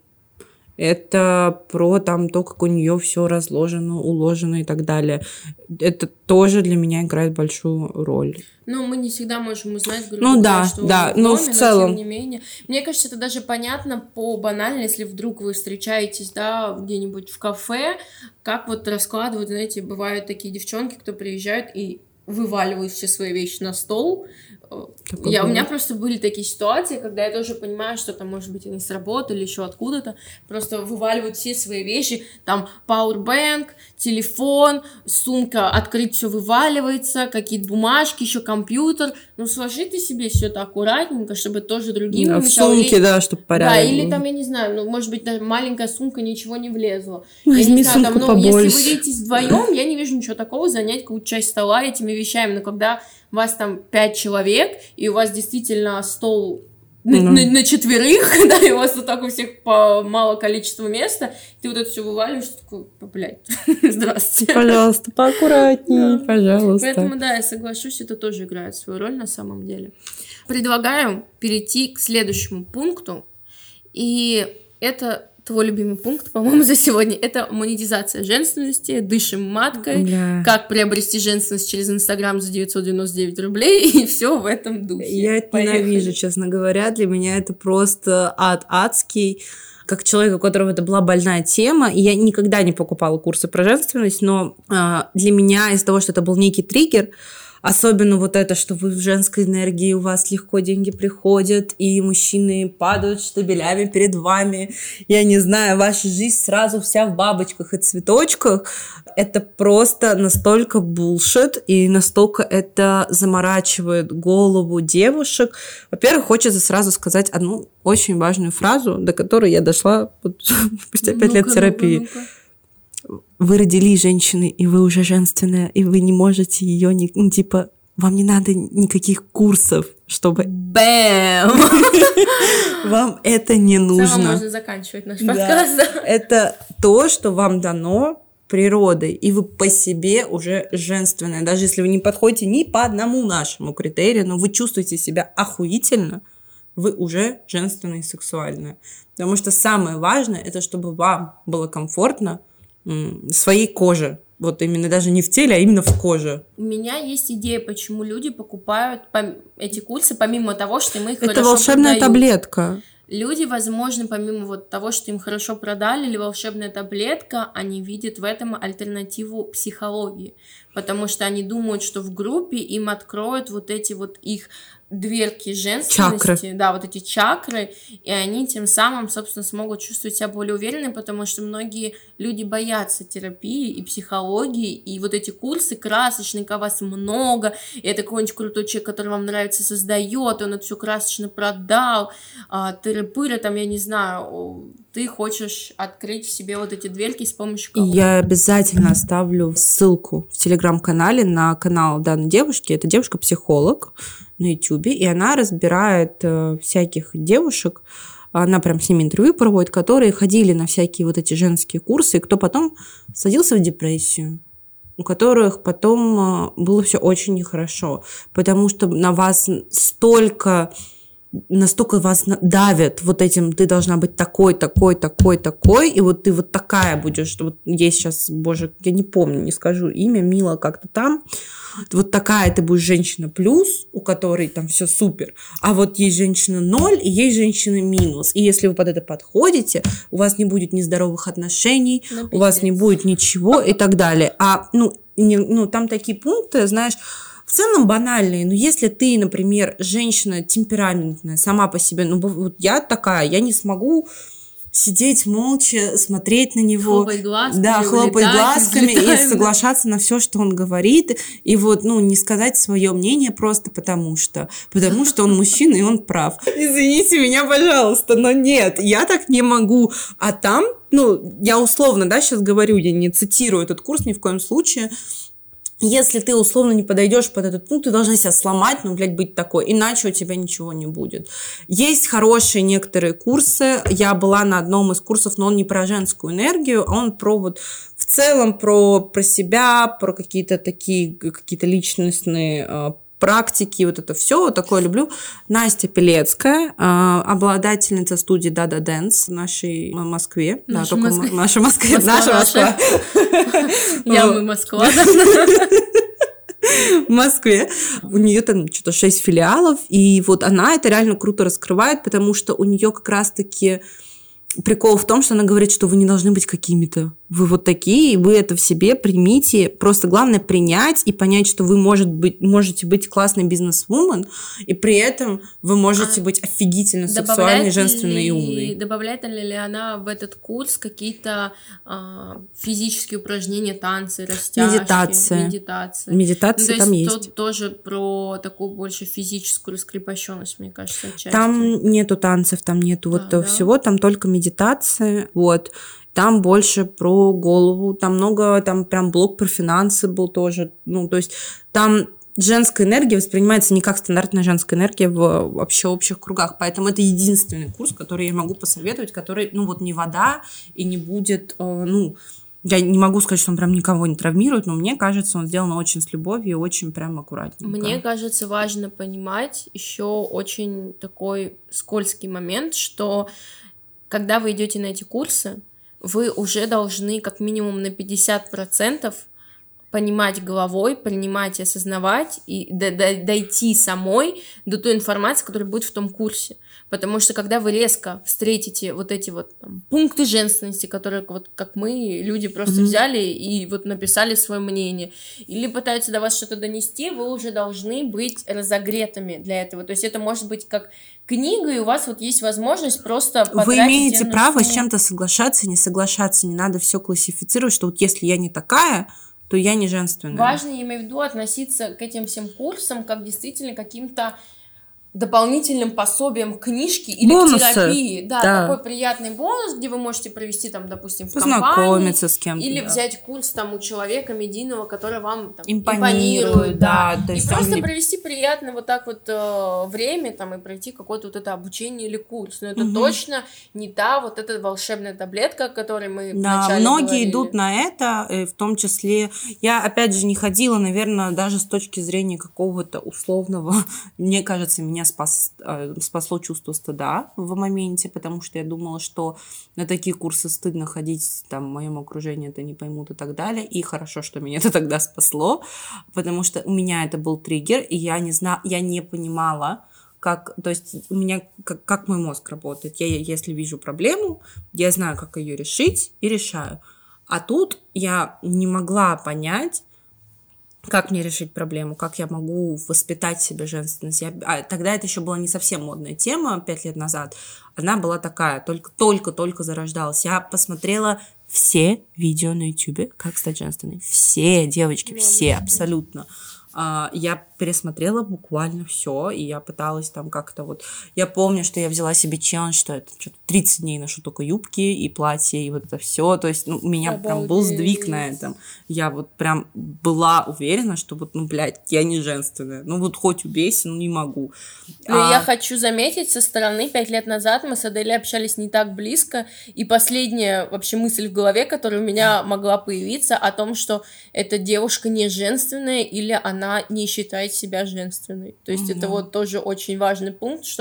Это про там то, как у нее все разложено, уложено и так далее. Это тоже для меня играет большую роль. Ну, мы не всегда можем узнать, грубо ну, говоря, да, что да, в доме, но в целом. Но тем не менее. Мне кажется, это даже понятно по банально, если вдруг вы встречаетесь, да, где-нибудь в кафе, как вот раскладывают, знаете, бывают такие девчонки, кто приезжают и вываливают все свои вещи на стол. Я, у меня просто были такие ситуации, когда я тоже понимаю, что там, может быть, они с работы или еще откуда-то, просто вываливают все свои вещи, там, пауэрбэнк, телефон, сумка, открыть все вываливается, какие-то бумажки, еще компьютер. Ну, сложи ты себе все это аккуратненько, чтобы тоже другим да, не мешало. В сумке, или... да, чтобы порядок. Да, или там, я не знаю, ну, может быть, даже маленькая сумка, ничего не влезло. Возьми я не знаю, сумку там, ну, побольше. если вы видитесь вдвоем, я не вижу ничего такого, занять какую-то часть стола этими вещами, но когда вас там пять человек, и у вас действительно стол на, mm-hmm. на, на четверых, да, и у вас вот так у всех по мало количества места, ты вот это все вываливаешь, такой, блядь, здравствуйте. Пожалуйста, поаккуратнее, да. пожалуйста. Поэтому, да, я соглашусь, это тоже играет свою роль на самом деле. Предлагаю перейти к следующему пункту, и это... Твой любимый пункт, по-моему, за сегодня, это монетизация женственности, дышим маткой, да. как приобрести женственность через Инстаграм за девятьсот девяносто девять рублей, и все в этом духе. Я это Поехали. ненавижу, честно говоря, для меня это просто ад адский. Как человек, у которого это была больная тема, и я никогда не покупала курсы про женственность, но э, для меня из-за того, что это был некий триггер, особенно вот это, что вы в женской энергии, у вас легко деньги приходят, и мужчины падают штабелями перед вами. Я не знаю, ваша жизнь сразу вся в бабочках и цветочках. Это просто настолько булшит, и настолько это заморачивает голову девушек. Во-первых, хочется сразу сказать одну очень важную фразу, до которой я дошла вот, спустя пять лет терапии. Ну-ка, ну-ка. Вы родились женщиной, и вы уже женственная, и вы не можете ее, не, ну, типа, вам не надо никаких курсов, чтобы... Бэм! Вам это не нужно. В целом можно заканчивать наш подкаст. Да. Это то, что вам дано природой, и вы по себе уже женственная. Даже если вы не подходите ни по одному нашему критерию, но вы чувствуете себя охуительно, вы уже женственная и сексуальная. Потому что самое важное, это чтобы вам было комфортно в своей коже. Вот именно даже не в теле, а именно в коже. У меня есть идея, почему люди покупают эти курсы, помимо того, что мы их хорошо продают. Это волшебная продают. Таблетка. Люди, возможно, помимо вот того, что им хорошо продали, или волшебная таблетка, они видят в этом альтернативу психологии, потому что они думают, что в группе им откроют вот эти вот их дверки женственности, чакры. Да, вот эти чакры, и они тем самым, собственно, смогут чувствовать себя более уверенно, потому что многие люди боятся терапии и психологии, и вот эти курсы красочные, когда вас много, и это какой-нибудь крутой человек, который вам нравится, создает, он это все красочно продал, а, тыры-пыры, там, я не знаю, ты хочешь открыть в себе вот эти дверки с помощью кого-то. Я обязательно оставлю ссылку в телеграм-канале на канал данной девушки, это девушка-психолог на ютубе, и она разбирает э, всяких девушек, она прям с ними интервью проводит, которые ходили на всякие вот эти женские курсы, и кто потом садился в депрессию, у которых потом э, было все очень нехорошо, потому что на вас столько настолько вас давят вот этим, ты должна быть такой, такой, такой, такой, и вот ты вот такая будешь, вот есть сейчас, боже, я не помню, не скажу имя, Мила как-то там, вот такая ты будешь женщина плюс, у которой там все супер, а вот есть женщина ноль, и есть женщина минус, и если вы под это подходите, у вас не будет нездоровых отношений, ну, у вас не будет ничего и так далее, а, ну, не, ну, там такие пункты, знаешь, в целом банальные, но если ты, например, женщина темпераментная, сама по себе, ну вот я такая, я не смогу сидеть молча, смотреть на него, хлопать глазками, да, хлопать глазками взлетаем. И соглашаться на все, что он говорит, и вот, ну, не сказать свое мнение просто потому что, потому что он мужчина и он прав. Извините меня, пожалуйста, но нет, я так не могу. А там, ну, я условно, да, сейчас говорю, я не цитирую этот курс ни в коем случае. Если ты условно не подойдешь под этот пункт, ты должна себя сломать, ну, блядь, быть такой, иначе у тебя ничего не будет. Есть хорошие некоторые курсы, я была на одном из курсов, но он не про женскую энергию, а он про вот в целом про, про себя, про какие-то такие, какие-то личностные э, практики, вот это все, вот такое люблю. Настя Пелецкая, э, обладательница студии Dada Dance в нашей Москве. Наша да, Москва. М- наша Москва. Наша Москва. Я мы Москва. В Москве. У нее там что-то шесть филиалов, и вот она это реально круто раскрывает, потому что у нее как раз-таки прикол в том, что она говорит, что вы не должны быть какими-то. Вы вот такие, и вы это в себе примите. Просто главное принять и понять, что вы может быть, можете быть классной бизнес-вумен, и при этом вы можете а быть офигительно сексуальной, женственной и умной. Добавляет ли она в этот курс какие-то а, физические упражнения, танцы, растяжки? Медитация. Медитация. Медитация ну, там есть. есть. Тоже про такую больше физическую раскрепощенность, мне кажется, отчасти. Там нету танцев, там нету а, вот да? всего, там только медитация, вот. Там больше про голову, там много, там прям блок про финансы был тоже, ну, то есть там женская энергия воспринимается не как стандартная женская энергия в вообще общих кругах, поэтому это единственный курс, который я могу посоветовать, который, ну, вот не вода и не будет, э, ну, я не могу сказать, что он прям никого не травмирует, но мне кажется, он сделан очень с любовью и очень прям аккуратненько. Мне кажется, важно понимать еще очень такой скользкий момент, что когда вы идете на эти курсы, вы уже должны как минимум на пятьдесят процентов понимать головой, принимать и осознавать, и д- д- дойти самой до той информации, которая будет в том курсе. Потому что когда вы резко встретите вот эти вот там, пункты женственности, которые вот как мы, люди просто mm-hmm. взяли и вот написали свое мнение, или пытаются до вас что-то донести, вы уже должны быть разогретыми для этого. То есть это может быть как книга, и у вас вот есть возможность просто потратить... Вы имеете энергию. право с чем-то соглашаться, не соглашаться, не надо все классифицировать, что вот если я не такая, то я не женственная. Важно, я имею в виду, относиться к этим всем курсам как действительно каким-то дополнительным пособием к книжке или бонусы. К терапии. Да, да, такой приятный бонус, где вы можете провести, там, допустим, в познакомиться компании, с кем-то. Или да. взять курс там, у человека медийного, который вам там, импонирует. импонирует да. Да, то есть и просто не... провести приятно вот так вот э, время там, и пройти какое-то вот это обучение или курс. Но это угу. точно не та вот эта волшебная таблетка, о которой мы да, вначале многие говорили. идут на это, в том числе... Я, опять же, не ходила, наверное, даже с точки зрения какого-то условного... Мне кажется, меня спас... спасло чувство стыда в моменте, потому что я думала, что на такие курсы стыдно ходить, там, в моем окружении это не поймут и так далее, и хорошо, что меня это тогда спасло, потому что у меня это был триггер, и я не знала, я не понимала, как, то есть у меня, как, как мой мозг работает, я, если вижу проблему, я знаю, как ее решить, и решаю, а тут я не могла понять, как мне решить проблему, как я могу воспитать в себе женственность. Я... А, тогда это еще была не совсем модная тема, пять лет назад. Она была такая, только-только-только зарождалась. Я посмотрела все видео на ютубе, как стать женственной. Все, девочки, все, абсолютно. А, я пересмотрела буквально все, и я пыталась там как-то вот... Я помню, что я взяла себе челлендж, что это что-то тридцать дней ношу только юбки и платья, и вот это все. То есть, ну, у меня Обалдеть. Прям был сдвиг на этом. Я вот прям была уверена, что вот, ну, блядь, я не женственная. Ну, вот хоть убейся, ну, не могу. Ну, а... я хочу заметить, со стороны, пять лет назад мы с Аделей общались не так близко, и последняя вообще мысль в голове, которая у меня могла появиться, о том, что эта девушка не женственная, или она не считает себя женственной. То есть mm-hmm. это вот тоже очень важный пункт, что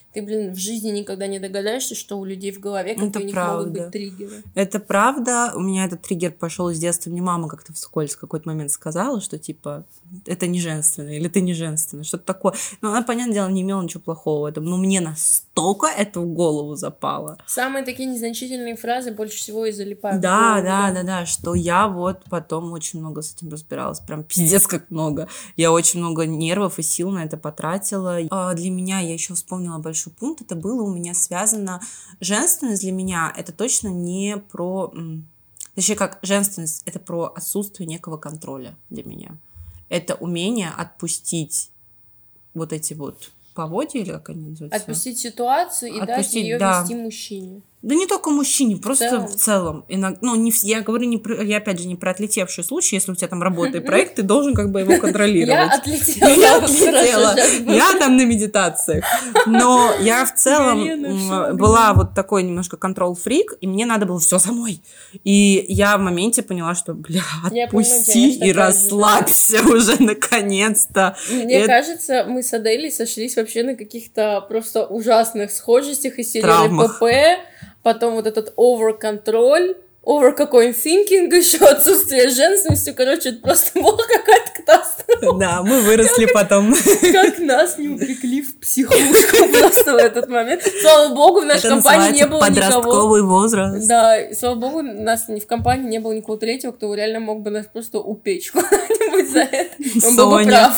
ты, блин, в жизни никогда не догадаешься, что у людей в голове, какие Это у них правда. могут быть триггеры. Это правда. У меня этот триггер пошел с детства. Мне мама как-то вскользь в какой-то момент сказала, что типа это не женственно, или ты не женственная, что-то такое. Но она, понятное дело, не имела ничего плохого в этом. Но мне настолько это в голову запало. Самые такие незначительные фразы больше всего и залипают. Да, голову, да, да, да, что я вот потом очень много с этим разбиралась. Прям пиздец как много. Я очень много нервов и сил на это потратила. А для меня, я еще вспомнила большой пункт, это было у меня связано... Женственность для меня это точно не про... Точнее, как женственность, это про отсутствие некого контроля для меня. Это умение отпустить вот эти вот поводья, или как они называются? Отпустить ситуацию и Отпустить, дать ее да. вести мужчине. Да не только мужчине, просто целом. в целом. Иногда, ну, не, я говорю, не про, я опять же не про отлетевший случай, если у тебя там работа и проект, ты должен как бы его контролировать. Я отлетела. Я отлетела. Я там на медитациях. Но я в целом была вот такой немножко контрол-фрик, и мне надо было все самой. И я в моменте поняла, что, бля, отпусти и расслабься уже наконец-то. Мне кажется, мы с Аделей сошлись вообще на каких-то просто ужасных схожестях из серии ПП. Потом вот этот over-контроль, over какой-нибудь thinking, еще отсутствие женственности, короче, это просто была какая-то катастрофа. Да, мы выросли как, потом. Как нас не упекли в психушку просто в этот момент. Слава богу, в нашей это компании не было подростковый никого. Подростковый возраст. Да, слава богу, у нас в компании не было никого третьего, кто реально мог бы нас просто упечь куда-нибудь за это. Он был бы прав.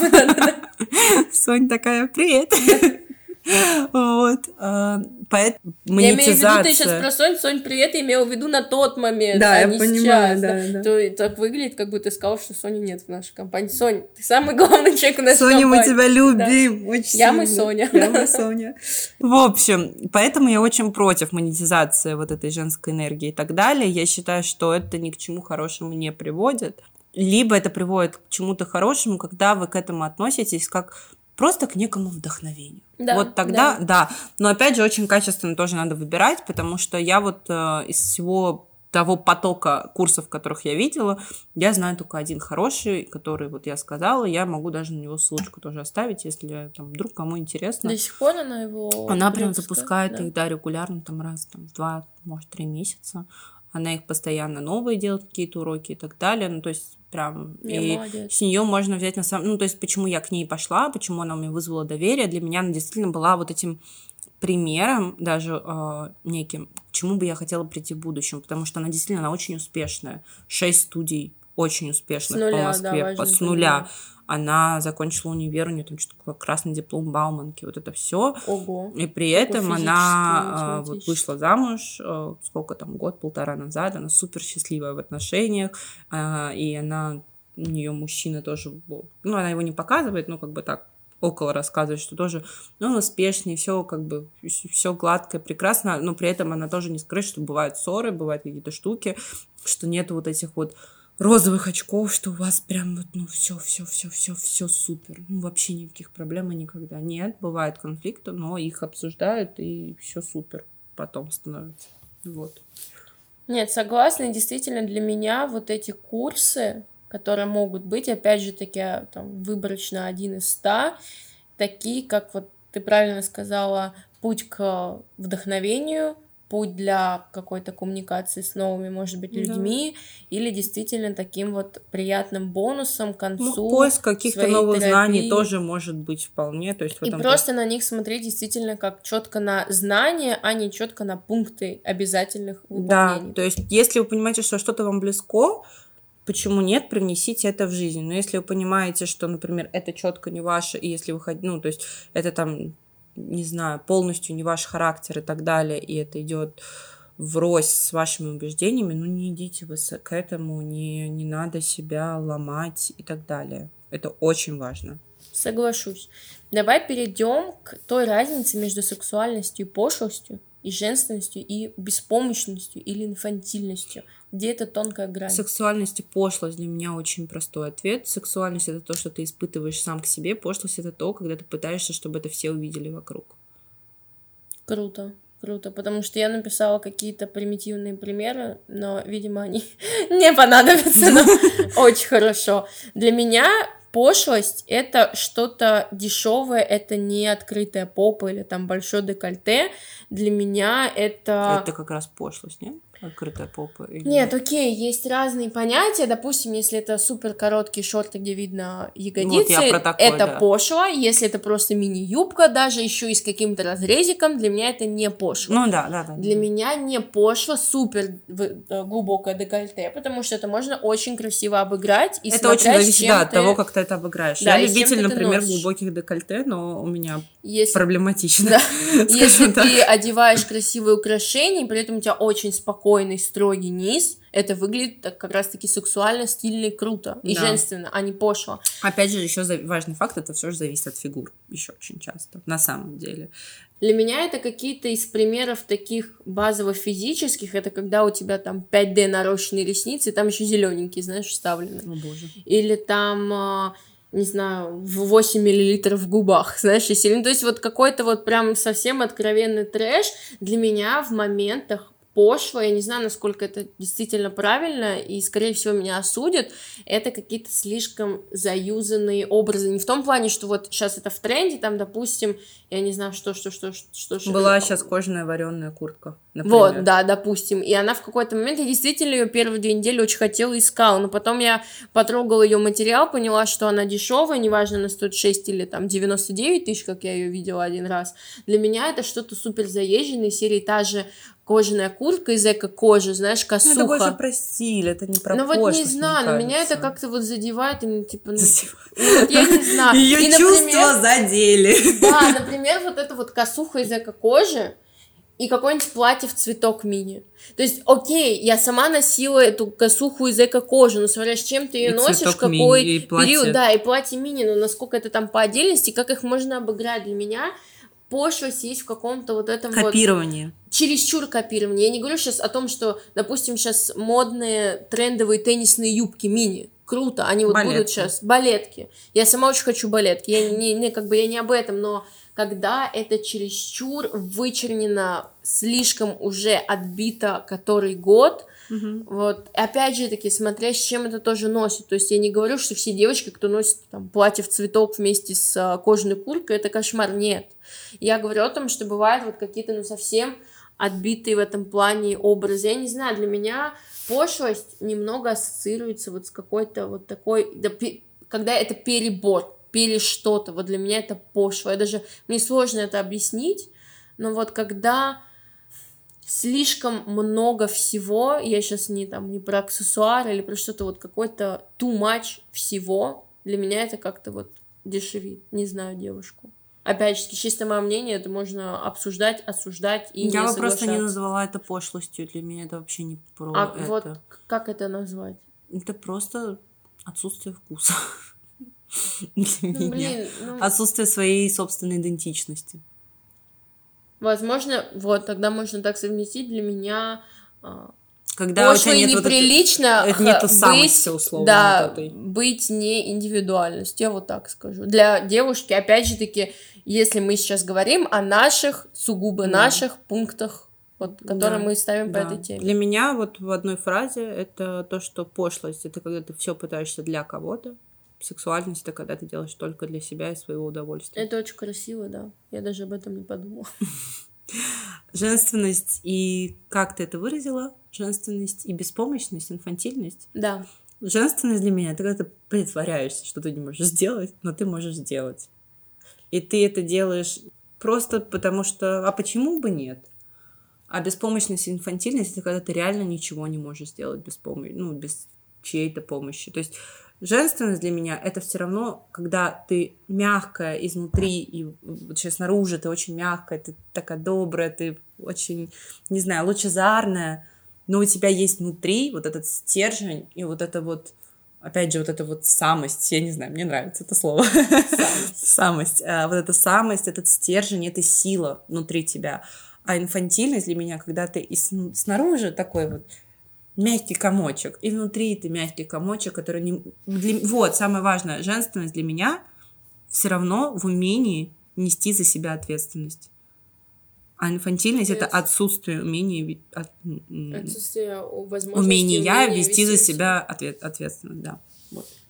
Соня такая, привет. Вот. Поэтому монетизация... Я имею в виду, ты сейчас про Сонь, Сонь, привет, я имела в виду на тот момент, да, а я не понимаю, сейчас. Да, да. да. То, так выглядит, как будто ты сказал, что Сони нет в нашей компании. Сонь, ты самый главный человек в нашей Соня, компании. Соня, мы тебя любим, да. очень Я сильно. мы Соня. Я мы Соня. В общем, поэтому я очень против монетизации вот этой женской энергии и так далее. Я считаю, что это ни к чему хорошему не приводит. Либо это приводит к чему-то хорошему, когда вы к этому относитесь как... просто к некому вдохновению. Да, вот тогда, да. да. Но опять же, очень качественно тоже надо выбирать, потому что я вот э, из всего того потока курсов, которых я видела, я знаю только один хороший, который вот я сказала, я могу даже на него ссылочку тоже оставить, если там вдруг кому интересно. До сих пор она его... Она прям запускает да. их, да, регулярно, там раз, там, в два, может, три месяца. Она их постоянно новые делает, какие-то уроки и так далее. Ну, то есть, прям... Я и молодец. с нее можно взять на самом... Ну, то есть, почему я к ней пошла, почему она у меня вызвала доверие. Для меня она действительно была вот этим примером, даже э, неким, к чему бы я хотела прийти в будущем. Потому что она действительно, она очень успешная. Шесть студий очень успешных нуля, по Москве. Да, по, с нуля. Она закончила универ, у нее там что-то красный диплом Бауманки, вот это все. Ого. И при этом она э, вот вышла замуж, э, сколько там, год-полтора назад, она супер счастливая в отношениях, э, и она, у нее мужчина тоже был, ну, она его не показывает, но как бы так около рассказывает, что тоже, ну, он успешный, все как бы, все гладко, прекрасно, но при этом она тоже не скрыт, что бывают ссоры, бывают какие-то штуки, что нету вот этих вот розовых очков, что у вас прям вот, ну, все, все, все, все, все супер. Ну, вообще никаких проблем никогда нет. Бывают конфликты, но их обсуждают, и все супер потом становится. Вот. Нет, согласна. И действительно, для меня вот эти курсы, которые могут быть, опять же таки, там, выборочно один из ста, такие, как вот ты правильно сказала, путь к вдохновению, путь для какой-то коммуникации с новыми, может быть, людьми, да. Или действительно таким вот приятным бонусом к концу. Ну, поиск каких-то новых терапии. Знаний тоже может быть вполне. То есть в и этом просто то... на них смотреть действительно как четко на знания, а не четко на пункты обязательных выполнений. Да, то есть если вы понимаете, что что-то вам близко, почему нет, привнесите это в жизнь. Но если вы понимаете, что, например, это четко не ваше, и если вы хотите, ну, то есть это там, не знаю, полностью не ваш характер и так далее, и это идет врозь с вашими убеждениями, ну не идите вы к этому, не, не надо себя ломать и так далее. Это очень важно. Соглашусь. Давай перейдем к той разнице между сексуальностью и пошлостью, и женственностью, и беспомощностью или инфантильностью. Где эта тонкая грань? Сексуальность и пошлость для меня очень простой ответ. Сексуальность — это то, что ты испытываешь сам к себе. Пошлость — это то, когда ты пытаешься, чтобы это все увидели вокруг. Круто, круто. Потому что я написала какие-то примитивные примеры, но, видимо, они не понадобятся нам очень хорошо. Для меня пошлость — это что-то дешевое, это не открытая попа или там большой декольте. Для меня это... Это как раз пошлость, нет? Открытая попа? Или... Нет, окей, есть разные понятия. Допустим, если это супер короткие шорты, где видно ягодицы, вот я про такое, это да. пошло. Если это просто мини-юбка, даже еще и с каким-то разрезиком, для меня это не пошло. Ну да, да, да. Для да. меня не пошло супер глубокое декольте, потому что это можно очень красиво обыграть. И это очень зависит да, от ты... того, как ты это обыграешь. Да, я любитель, например, носишь. глубоких декольте, но у меня если... проблематично. Да. Если так. Ты одеваешь красивые украшения, при этом у тебя очень спокойный, строгий низ, это выглядит так, как раз-таки сексуально, стильно и круто, и да. женственно, а не пошло. Опять же, еще важный факт, это все же зависит от фигур, еще очень часто, на самом деле. Для меня это какие-то из примеров таких базово физических, это когда у тебя там пять дэ нарощенные ресницы, там еще зелененькие, знаешь, вставлены. О, боже. Или там... не знаю, в восемь миллилитров в губах, знаешь, и сильно. То есть вот какой-то вот прям совсем откровенный трэш для меня в моментах пошло, я не знаю, насколько это действительно правильно, и, скорее всего, меня осудят, это какие-то слишком заюзанные образы. Не в том плане, что вот сейчас это в тренде, там, допустим, я не знаю, что, что, что, что... что Была что, сейчас кожаная вареная куртка, например. Вот, да, допустим. И она в какой-то момент, я действительно ее первые две недели очень хотела и искала, но потом я потрогала ее материал, поняла, что она дешевая, неважно, она стоит шесть или там девяносто девять тысяч, как я ее видела один раз. Для меня это что-то супер заезженное, серии та же кожаная куртка из эко-кожи, знаешь, косуха. Ну, это больше про стиль, это не про ну, пошлость, вот не знаю, но меня это как-то вот задевает, и, типа, ну, ну вот я не знаю. Ее и, чувства задели. Да, например, вот эта вот косуха из эко-кожи и какое-нибудь платье в цветок мини. То есть, окей, я сама носила эту косуху из эко-кожи, но смотря с чем ты ее и носишь, какой мини, период, да, и платье мини, но насколько это там по отдельности, как их можно обыграть для меня, пошлость есть в каком-то вот этом копировании. Вот чересчур копирование. Я не говорю сейчас о том, что, допустим, сейчас модные трендовые теннисные юбки мини. Круто, они вот балетки. Будут сейчас. Балетки. Я сама очень хочу балетки. Я не, не, как бы я не об этом, но когда это чересчур вычернено, слишком уже отбито который год, угу. вот, опять же таки, смотря с чем это тоже носит, то есть я не говорю, что все девочки, кто носит там платье в цветок вместе с а, кожаной курткой, это кошмар, нет, я говорю о том, что бывают вот какие-то, ну, совсем отбитые в этом плане образы, я не знаю, для меня пошлость немного ассоциируется вот с какой-то вот такой, да, когда это перебор, пере что-то, вот для меня это пошло, я даже, мне сложно это объяснить, но вот когда слишком много всего, я сейчас не там не про аксессуары или про что-то, вот какой-то too much всего, для меня это как-то вот дешевит, не знаю девушку. Опять же, чисто мое мнение, это можно обсуждать, осуждать и я не бы просто не соглашаться. называла это пошлостью, для меня это вообще не про а это. Вот как это назвать? Это просто отсутствие вкуса. Для ну, меня. Блин, ну... Отсутствие своей собственной идентичности. Возможно, вот, тогда можно так совместить для меня... Когда пошло и неприлично вот это, нету быть, самости, условно, да, вот этой. Быть не индивидуальностью, я вот так скажу. Для девушки, опять же таки, если мы сейчас говорим о наших, сугубо да. наших пунктах, вот, которые да, мы ставим да. по этой теме. Для меня вот в одной фразе это то, что пошлость — это когда ты все пытаешься для кого-то, сексуальность — это когда ты делаешь только для себя и своего удовольствия. Это очень красиво, да. Я даже об этом не подумала. Женственность и, как ты это выразила, женственность и беспомощность, инфантильность. Да. Женственность для меня — это когда ты притворяешься, что ты не можешь сделать, но ты можешь сделать. И ты это делаешь просто потому что... А почему бы нет? А беспомощность и инфантильность — это когда ты реально ничего не можешь сделать без помощи, ну, без чьей-то помощи. То есть женственность для меня — это все равно, когда ты мягкая изнутри, и вообще снаружи ты очень мягкая, ты такая добрая, ты очень, не знаю, лучезарная, но у тебя есть внутри вот этот стержень и вот это вот, опять же, вот эта вот самость, я не знаю, мне нравится это слово. Самость. Самость. Вот эта самость, этот стержень, это сила внутри тебя. А инфантильность для меня, когда ты и снаружи такой вот мягкий комочек, и внутри ты мягкий комочек, который не... Для... Вот, самое важное, женственность для меня все равно в умении нести за себя ответственность. А инфантильность — это отсутствие умения... От... Отсутствие возможности... Умения вести за себя ответ... ответственность, да. Вот.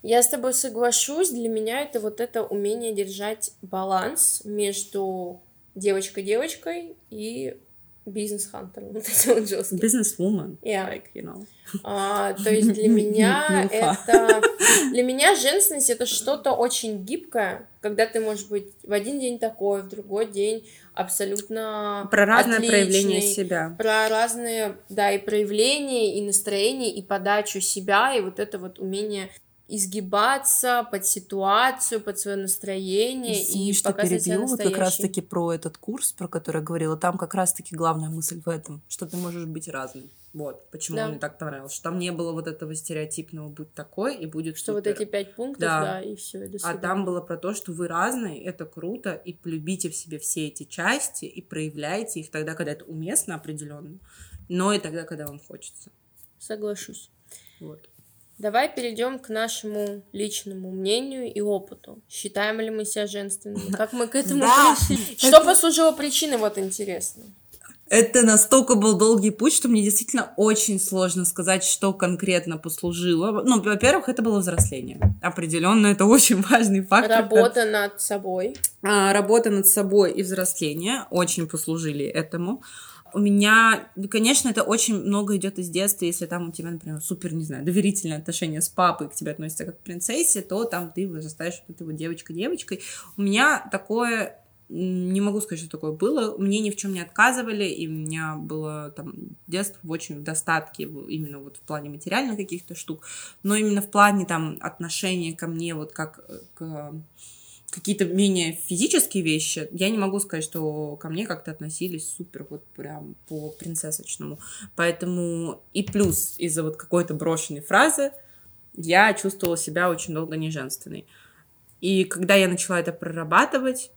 Я с тобой соглашусь, для меня это вот это умение держать баланс между девочкой-девочкой и бизнес-хантером, вот этим вот жестким. Businesswoman, Yeah. like, you know. А, то есть для меня это... Для меня женственность — это что-то очень гибкое, когда ты можешь быть в один день такой, в другой день абсолютно Про разное отличный, проявление себя. Про разные, да, и проявления, и настроение, и подачу себя, и вот это вот умение изгибаться под ситуацию, под свое настроение. Извини, и что показать себя перебью, вот как настоящей. раз-таки про этот курс, про который я говорила, там как раз-таки главная мысль в этом, что ты можешь быть разным. Вот, почему Да. мне так понравилось. Что там не было вот этого стереотипного «будь такой» и будет Что супер. вот эти пять пунктов, Да. да, и все, и до А свидания. там было про то, что вы разные, это круто, и полюбите в себе все эти части, и проявляйте их тогда, когда это уместно определенно, но и тогда, когда вам хочется. Соглашусь. Вот. Давай перейдем к нашему личному мнению и опыту. Считаем ли мы себя женственными? Как мы к этому Да. пришли? Что послужило причиной, вот интересно. Это настолько был долгий путь, что мне действительно очень сложно сказать, что конкретно послужило. Ну, во-первых, это было взросление. Определенно, это очень важный фактор. Работа над собой. А, Работа над собой и взросление очень послужили этому. У меня, конечно, это очень много идет из детства. Если там у тебя, например, супер, не знаю, доверительные отношения с папой, к тебе относятся как к принцессе, то там ты вырастаешь вот этой вот девочкой-девочкой. У меня такое... Не могу сказать, что такое было. Мне ни в чем не отказывали, и у меня было там детство в очень достатке именно вот в плане материальных каких-то штук, но именно в плане там отношения ко мне вот как к какие-то менее физические вещи, я не могу сказать, что ко мне как-то относились супер вот прям по принцессочному. Поэтому и плюс из-за вот какой-то брошенной фразы я чувствовала себя очень долго неженственной. И когда я начала это прорабатывать,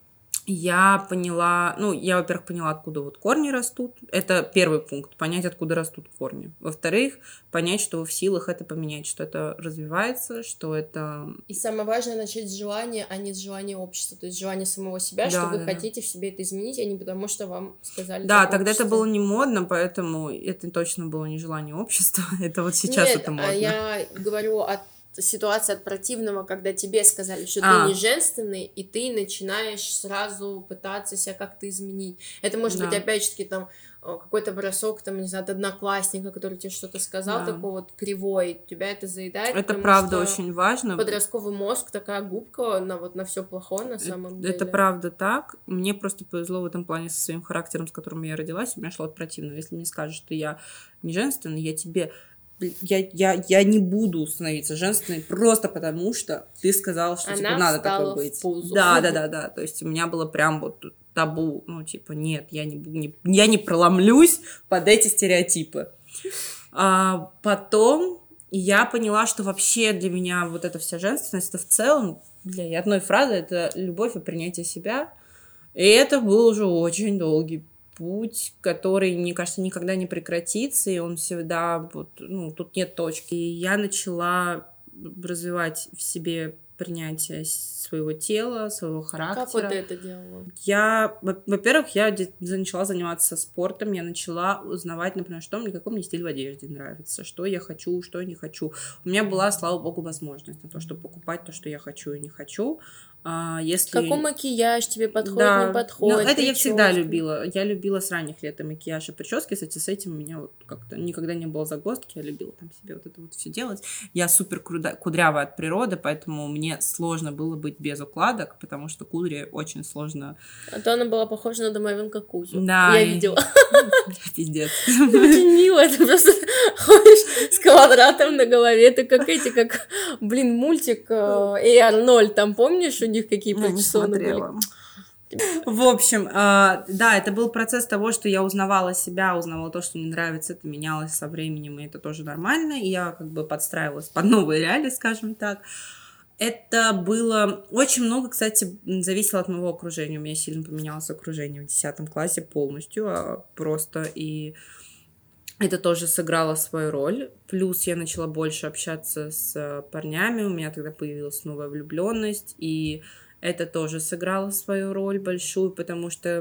я поняла, ну, я, во-первых, поняла, откуда вот корни растут. Это первый пункт, понять, откуда растут корни. Во-вторых, понять, что вы в силах это поменять, что это развивается, что это... И самое важное — начать с желания, а не с желания общества. То есть желание самого себя, Да, что вы да, хотите в себе это изменить, а не потому, что вам сказали. Да, так тогда это общество. было не модно, поэтому это точно было не желание общества. Это вот сейчас Нет, это модно. а я говорю от ситуации от противного, когда тебе сказали, что А. ты не женственный, и ты начинаешь сразу пытаться себя как-то изменить. Это может Да. быть, опять же таки, там, какой-то бросок, там, не знаю, от одноклассника, который тебе что-то сказал, Да. такой вот кривой, тебя это заедает. Это потому правда что очень важно. подростковый мозг такая губка на вот на все плохое на самом деле. Это правда так. Мне просто повезло в этом плане со своим характером, с которым я родилась. У меня шло от противного. Если мне скажешь, что я не женственная, я тебе... Я, я, я не буду становиться женственной просто потому, что ты сказал, что Она типа надо встала такой в быть. позу. Да, да, да, да. То есть у меня было прям вот табу. Ну, типа, нет, я не, не, я не проломлюсь под эти стереотипы. А потом я поняла, что вообще для меня вот эта вся женственность, это в целом, для одной фразы, это любовь и принятие себя. И это был уже очень долгий путь, который, мне кажется, никогда не прекратится, и он всегда, вот, ну, тут нет точки. И я начала развивать в себе принятие своего тела, своего характера. Как вот ты это делала? Я, во-первых, я начала заниматься спортом, я начала узнавать, например, что мне, какой мне стиль в одежде нравится, что я хочу, что я не хочу. У меня была, слава богу, возможность на то, чтобы покупать то, что я хочу и не хочу. А, если... Какой макияж тебе подходит, Да. не подходит? Ну, это я прически? всегда любила. Я любила с ранних лет и макияж и прически. Кстати, с этим у меня вот как-то никогда не было загвоздки. Я любила там себе вот это вот все делать. Я супер кудрявая от природы, поэтому мне сложно было быть без укладок, потому что кудри очень сложно... А то она была похожа на домовенка Кузю. Да, Я и- видела. Пиздец. Очень мило, это просто ходишь с квадратом на голове, это как эти, как, блин, мультик э, Эй Арнольд, там помнишь, у них какие Я не причесоны были? смотрела. В общем, а, да, это был процесс того, что я узнавала себя, узнавала то, что мне нравится, это менялось со временем, и это тоже нормально, и я как бы подстраивалась под новые реалии, скажем так. Это было очень много, кстати, зависело от моего окружения. У меня сильно поменялось окружение в десятом классе полностью, а просто, и это тоже сыграло свою роль. Плюс я начала больше общаться с парнями, у меня тогда появилась новая влюбленность, и это тоже сыграло свою роль большую, потому что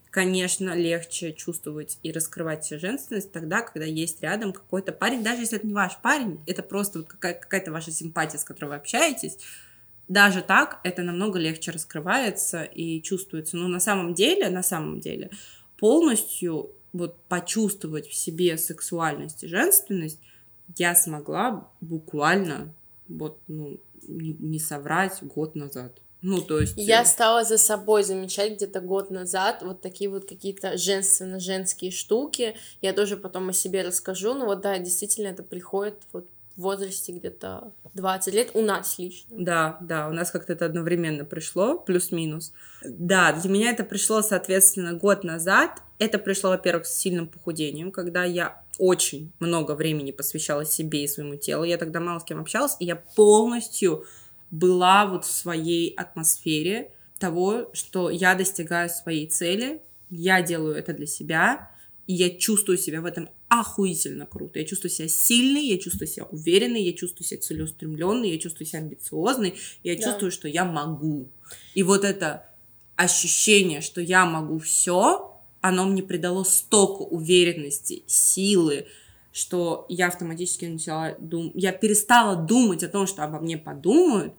конечно, легче чувствовать и раскрывать свою женственность тогда, когда есть рядом какой-то парень, даже если это не ваш парень, это просто вот какая- какая-то ваша симпатия, с которой вы общаетесь, даже так это намного легче раскрывается и чувствуется. Но на самом деле, на самом деле, полностью вот почувствовать в себе сексуальность и женственность я смогла буквально, вот, ну, не, не соврать, год назад. Ну, то есть... Я стала за собой замечать где-то год назад вот такие вот какие-то женственно-женские штуки. Я тоже потом о себе расскажу. Но вот да, действительно это приходит вот в возрасте где-то двадцать лет у нас лично. Да, да, у нас как-то это одновременно пришло, плюс-минус. Да, для меня это пришло, соответственно, год назад. Это пришло, во-первых, с сильным похудением, когда я очень много времени посвящала себе и своему телу. Я тогда мало с кем общалась, и я полностью была вот в своей атмосфере того, что я достигаю своей цели, я делаю это для себя, и я чувствую себя в этом охуительно круто. Я чувствую себя сильной, я чувствую себя уверенной, я чувствую себя целеустремленной, я чувствую себя амбициозной, я да. чувствую, что я могу. И вот это ощущение, что я могу все, оно мне придало столько уверенности, силы, что я автоматически начала думать, я перестала думать о том, что обо мне подумают,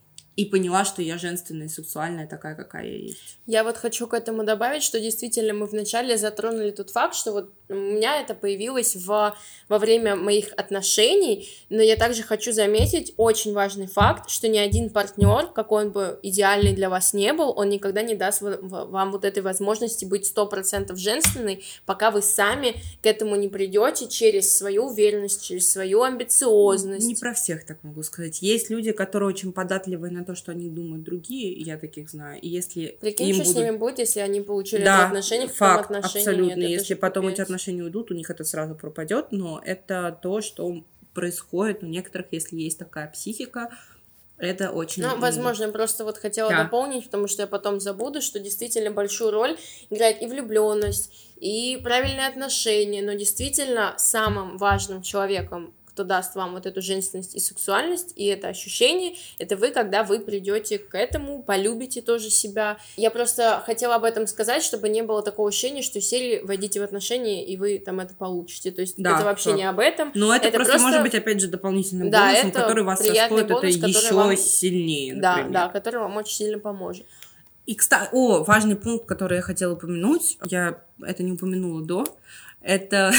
и поняла, что я женственная и сексуальная такая, какая я есть. Я вот хочу к этому добавить, что действительно мы вначале затронули тот факт, что вот у меня это появилось в, во время моих отношений, но я также хочу заметить очень важный факт, что ни один партнер, какой он бы идеальный для вас не был, он никогда не даст вам вот этой возможности быть сто процентов женственной, пока вы сами к этому не придете через свою уверенность, через свою амбициозность. Не про всех так могу сказать. Есть люди, которые очень податливы на то, что они думают другие, я таких знаю. И если Прикинь, им что будут... с ними будет, если они получили да, это отношение, в факт, том отношении абсолютно. нет, Если потом пипец. эти отношения уйдут, у них это сразу пропадет, но это то, что происходит у некоторых, если есть такая психика, это очень... Ну, возможно, я просто вот хотела да. дополнить, потому что я потом забуду, что действительно большую роль играет и влюбленность, и правильные отношения, но действительно самым важным человеком, кто даст вам вот эту женственность и сексуальность, и это ощущение, это вы, когда вы придете к этому, полюбите тоже себя. Я просто хотела об этом сказать, чтобы не было такого ощущения, что сели, войдите в отношения, и вы там это получите. То есть да, это вообще так. не об этом. Но это, это просто, просто может быть, опять же, дополнительным да, бонусом, который вас раскроет это еще вам... сильнее, например. Да, да, который вам очень сильно поможет. И, кстати, о, важный пункт, который я хотела упомянуть, я это не упомянула до, это,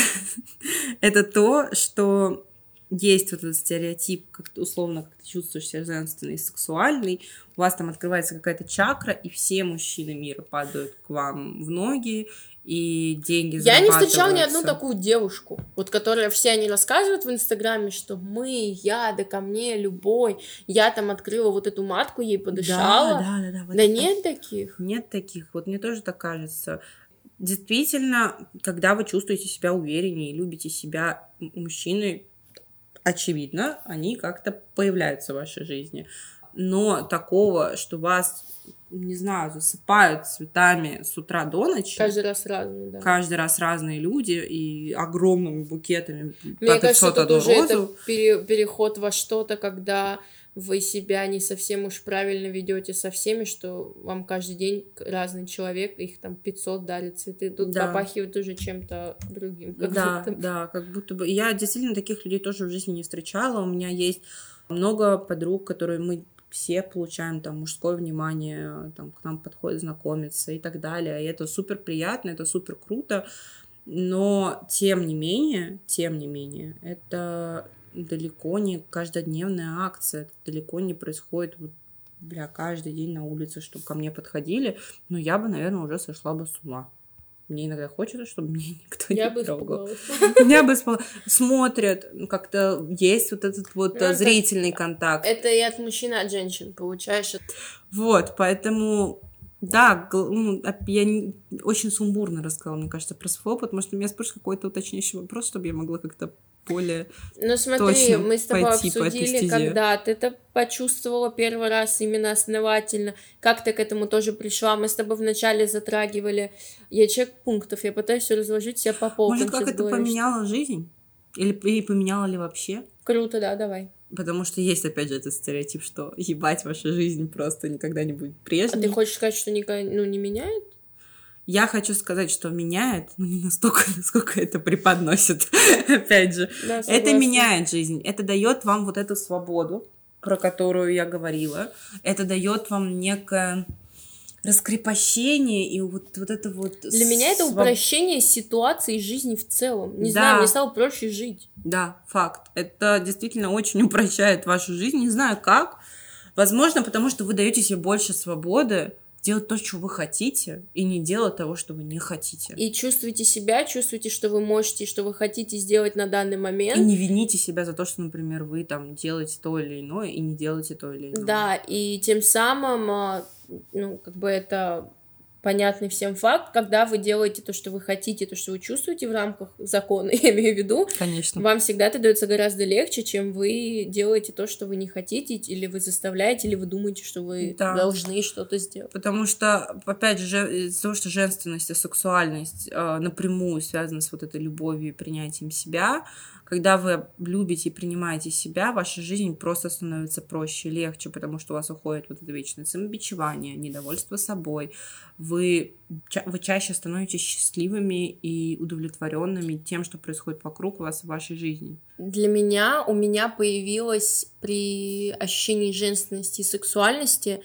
это то, что есть вот этот стереотип, как условно, как ты чувствуешь себя женственной и сексуальной, у вас там открывается какая-то чакра, и все мужчины мира падают к вам в ноги, и деньги Я не встречала ни одну такую девушку, вот которая все они рассказывают в Инстаграме, что мы, я, да ко мне любой, я там открыла вот эту матку, ей подышала. Да, да, да. Да, вот да нет таких. Нет таких, вот мне тоже так кажется. Действительно, когда вы чувствуете себя увереннее и любите себя, мужчины, очевидно, они как-то появляются в вашей жизни. Но такого, что вас, не знаю, засыпают цветами с утра до ночи. Каждый раз разные, да. Каждый раз разные люди и огромными букетами. Мне кажется, тут уже это пере, переход во что-то, когда вы себя не совсем уж правильно ведете со всеми, что вам каждый день разный человек, их там пятьсот дарит цветы, тут да. попахивает уже чем-то другим. Как да, будто... да, как будто бы. Я действительно таких людей тоже в жизни не встречала. У меня есть много подруг, которые мы все получаем там мужское внимание, там к нам подходят знакомиться и так далее. И это супер приятно, это супер круто. Но тем не менее, тем не менее, это далеко не каждодневная акция, это далеко не происходит вот, бля, каждый день на улице, чтобы ко мне подходили, но я бы, наверное, уже сошла бы с ума. Мне иногда хочется, чтобы меня никто я не бы трогал. Меня бы смотрят, как-то есть вот этот вот ну, зрительный это, контакт. Это и от мужчин, и от женщин, получаешь. Вот, поэтому... Да, ну, я не, очень сумбурно рассказала, мне кажется, про свой опыт. Может, меня спрашивают какой-то уточняющий вопрос, чтобы я могла как-то более ну, смотри, точно мы с тобой пойти обсудили, когда ты это почувствовала первый раз именно основательно, как ты к этому тоже пришла. Мы с тобой вначале затрагивали ячеек пунктов, я пытаюсь все разложить себя по полкам. Может, как это говоришь. Поменяло жизнь? Или, или поменяло ли вообще? Круто, да, давай. Потому что есть, опять же, этот стереотип, что ебать, ваша жизнь просто никогда не будет прежней. А ты хочешь сказать, что никогда, ну, не меняет? Я хочу сказать, что меняет, но не настолько, насколько это преподносит. Опять же, да, это меняет жизнь. Это дает вам вот эту свободу, про которую я говорила. Это дает вам некое раскрепощение и вот, вот это вот... Для меня это упрощение ситуации жизни в целом. Не да. знаю, мне стало проще жить. Да, факт. Это действительно очень упрощает вашу жизнь. Не знаю как. Возможно, потому что вы даете себе больше свободы делать то, что вы хотите, и не делать того, что вы не хотите. И чувствуете себя, чувствуете, что вы можете, что вы хотите сделать на данный момент. И не вините себя за то, что, например, вы там делаете то или иное, и не делаете то или иное. Да, и тем самым, ну, как бы это понятный всем факт, когда вы делаете то, что вы хотите, то, что вы чувствуете в рамках закона, я имею в виду, конечно, вам всегда это дается гораздо легче, чем вы делаете то, что вы не хотите, или вы заставляете, или вы думаете, что вы да. должны что-то сделать. Потому что, опять же, из-за того, что женственность и сексуальность э, напрямую связаны с вот этой любовью и принятием себя, когда вы любите и принимаете себя, ваша жизнь просто становится проще, легче, потому что у вас уходит вот это вечное самобичевание, недовольство собой, вы, вы чаще становитесь счастливыми и удовлетворенными тем, что происходит вокруг вас в вашей жизни. Для меня, у меня появилось при ощущении женственности и сексуальности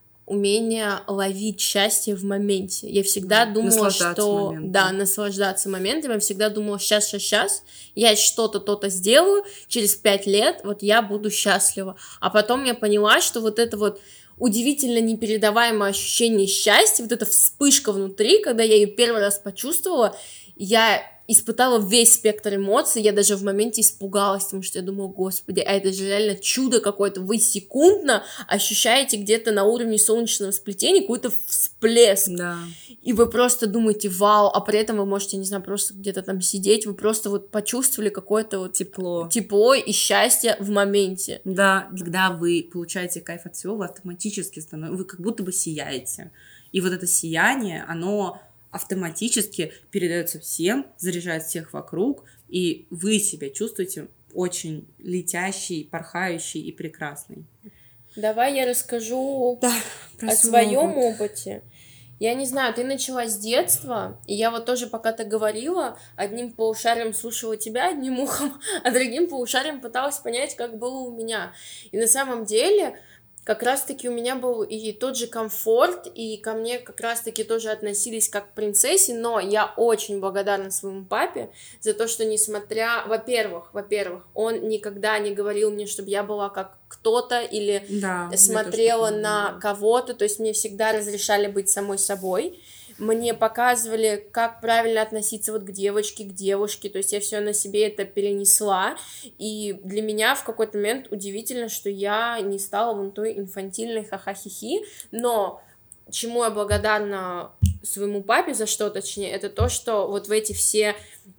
умение ловить счастье в моменте. Я всегда думала, что... Моментом. Да, наслаждаться моментом. Я всегда думала, сейчас, сейчас, сейчас, я что-то, то-то сделаю, через пять лет вот я буду счастлива. А потом я поняла, что вот это вот удивительно непередаваемое ощущение счастья, вот эта вспышка внутри, когда я ее первый раз почувствовала, я испытала весь спектр эмоций, я даже в моменте испугалась, потому что я думала, господи, а это же реально чудо какое-то, вы секундно ощущаете где-то на уровне солнечного сплетения какой-то всплеск, да. И вы просто думаете, вау, а при этом вы можете, не знаю, просто где-то там сидеть, вы просто вот почувствовали какое-то вот тепло, тепло и счастье в моменте. Да, когда вы получаете кайф от всего, вы автоматически становитесь, вы как будто бы сияете, и вот это сияние, оно автоматически передается всем, заряжает всех вокруг, и вы себя чувствуете очень летящий, порхающий и прекрасный. Давай я расскажу да, о своем опыте. Я не знаю, ты начала с детства, и я вот тоже, пока ты говорила, одним полушарием слушала тебя, одним ухом, а другим полушарием пыталась понять, как было у меня. И на самом деле... как раз-таки у меня был и тот же комфорт, и ко мне как раз-таки тоже относились как к принцессе, но я очень благодарна своему папе за то, что несмотря, во-первых, во-первых, он никогда не говорил мне, чтобы я была как кто-то или да, смотрела на кого-то, то есть мне всегда разрешали быть самой собой. Мне показывали, как правильно относиться вот к девочке, к девушке, то есть я все на себе это перенесла, и для меня в какой-то момент удивительно, что я не стала вон той инфантильной ха-ха-хи-хи, но чему я благодарна своему папе за что, точнее, это то, что вот в эти все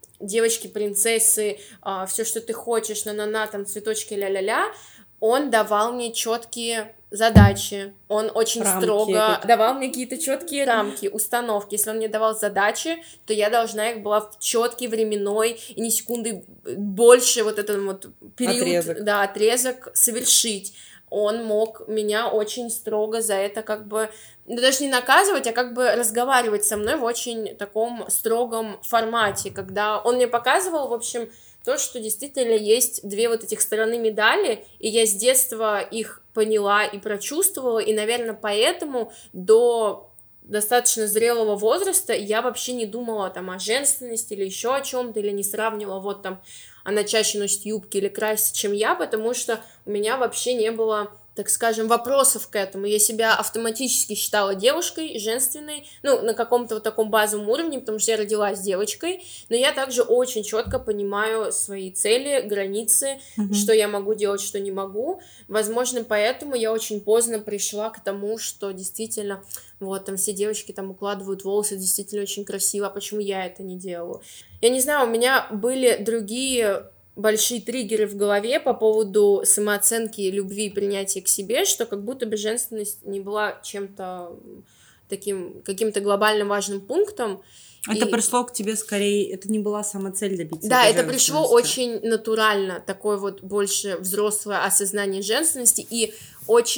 девочки-принцессы, а, все, что ты хочешь, на-на-на, там, цветочки, ля-ля-ля, он давал мне четкие задачи, он очень рамки строго это... давал мне какие-то четкие рамки, установки. Если он мне давал задачи, то я должна их была в четкий временной и ни секунды больше вот этот вот период, отрезок. Да, отрезок совершить. Он мог меня очень строго за это как бы, ну, даже не наказывать, а как бы разговаривать со мной в очень таком строгом формате, когда он мне показывал, в общем, то, что действительно есть две вот этих стороны медали, и я с детства их поняла и прочувствовала, и, наверное, поэтому до достаточно зрелого возраста я вообще не думала там о женственности или еще о чем-то, или не сравнивала, вот там, она чаще носит юбки или красится, чем я, потому что у меня вообще не было, так скажем, вопросов к этому. Я себя автоматически считала девушкой, женственной, ну, на каком-то вот таком базовом уровне, потому что я родилась девочкой, но я также очень четко понимаю свои цели, границы, mm-hmm. что я могу делать, что не могу. Возможно, поэтому я очень поздно пришла к тому, что действительно, вот, там все девочки там укладывают волосы, действительно очень красиво, а почему я это не делаю? Я не знаю, у меня были другие... большие триггеры в голове по поводу самооценки, любви и принятия к себе, что как будто бы женственность не была чем-то таким, каким-то глобально важным пунктом. Это и... пришло к тебе скорее, это не была сама цель добиться. Да, это пришло очень натурально, такое вот больше взрослое осознание женственности и очень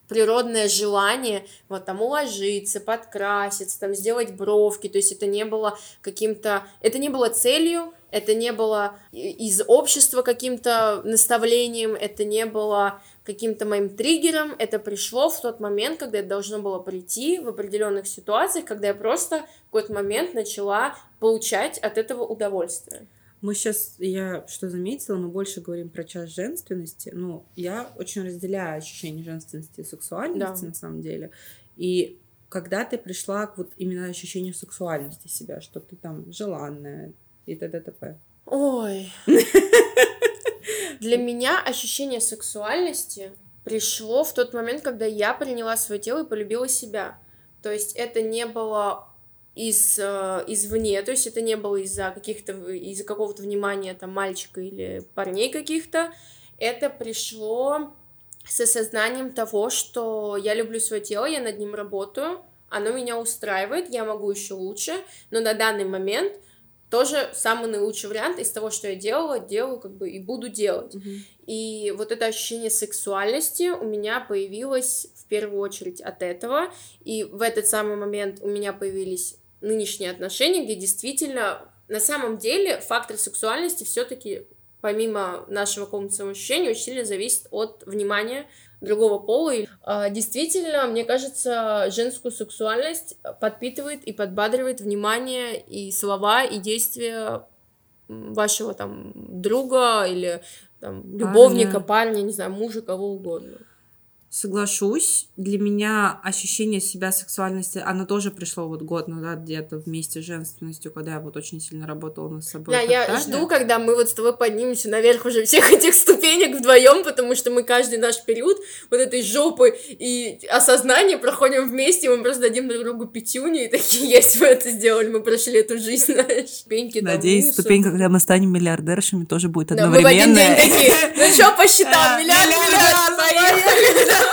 природное желание вот там уложиться, подкраситься, там сделать бровки, то есть это не было каким-то, это не было целью, это не было из общества каким-то наставлением, это не было каким-то моим триггером, это пришло в тот момент, когда это должно было прийти в определенных ситуациях, когда я просто в какой-то момент начала получать от этого удовольствие. Мы сейчас, я что заметила, мы больше говорим про часть женственности. Ну, я очень разделяю ощущение женственности и сексуальности, да. На самом деле. И когда ты пришла к вот именно ощущению сексуальности себя, что ты там желанная и т.д. т.п. Ой. Для меня ощущение сексуальности пришло в тот момент, когда я приняла свое тело и полюбила себя. То есть это не было из, извне, то есть это не было из-за каких-то, из-за какого-то внимания там мальчика или парней каких-то. Это пришло с осознанием того, что я люблю свое тело, я над ним работаю, оно меня устраивает, я могу еще лучше, но на данный момент тоже самый наилучший вариант из того, что я делала, делаю как бы и буду делать. Mm-hmm. И вот это ощущение сексуальности у меня появилось в первую очередь от этого, и в этот самый момент у меня появились нынешние отношения, где действительно на самом деле фактор сексуальности все-таки помимо нашего какого-то самоощущения очень сильно зависит от внимания другого пола. И, э, действительно, мне кажется, женскую сексуальность подпитывает и подбадривает внимание и слова, и действия вашего там друга или там, любовника, парня. парня, не знаю, мужа, кого угодно. Соглашусь. Для меня ощущение себя сексуальности, оно тоже пришло вот год назад где-то вместе с женственностью, когда я вот очень сильно работала над собой. Да, я жду, когда мы вот с тобой поднимемся наверх уже всех этих ступенек вдвоем, потому что мы каждый наш период вот этой жопы и осознания проходим вместе, мы просто дадим друг другу пятюню и такие, есть, мы это сделали, мы прошли эту жизнь, знаешь, ступеньки. Надеюсь, ступенька, когда мы станем миллиардершами, тоже будет одновременная. Да, мы в один день такие, ну что по счетам, миллиард, миллиард, поехали.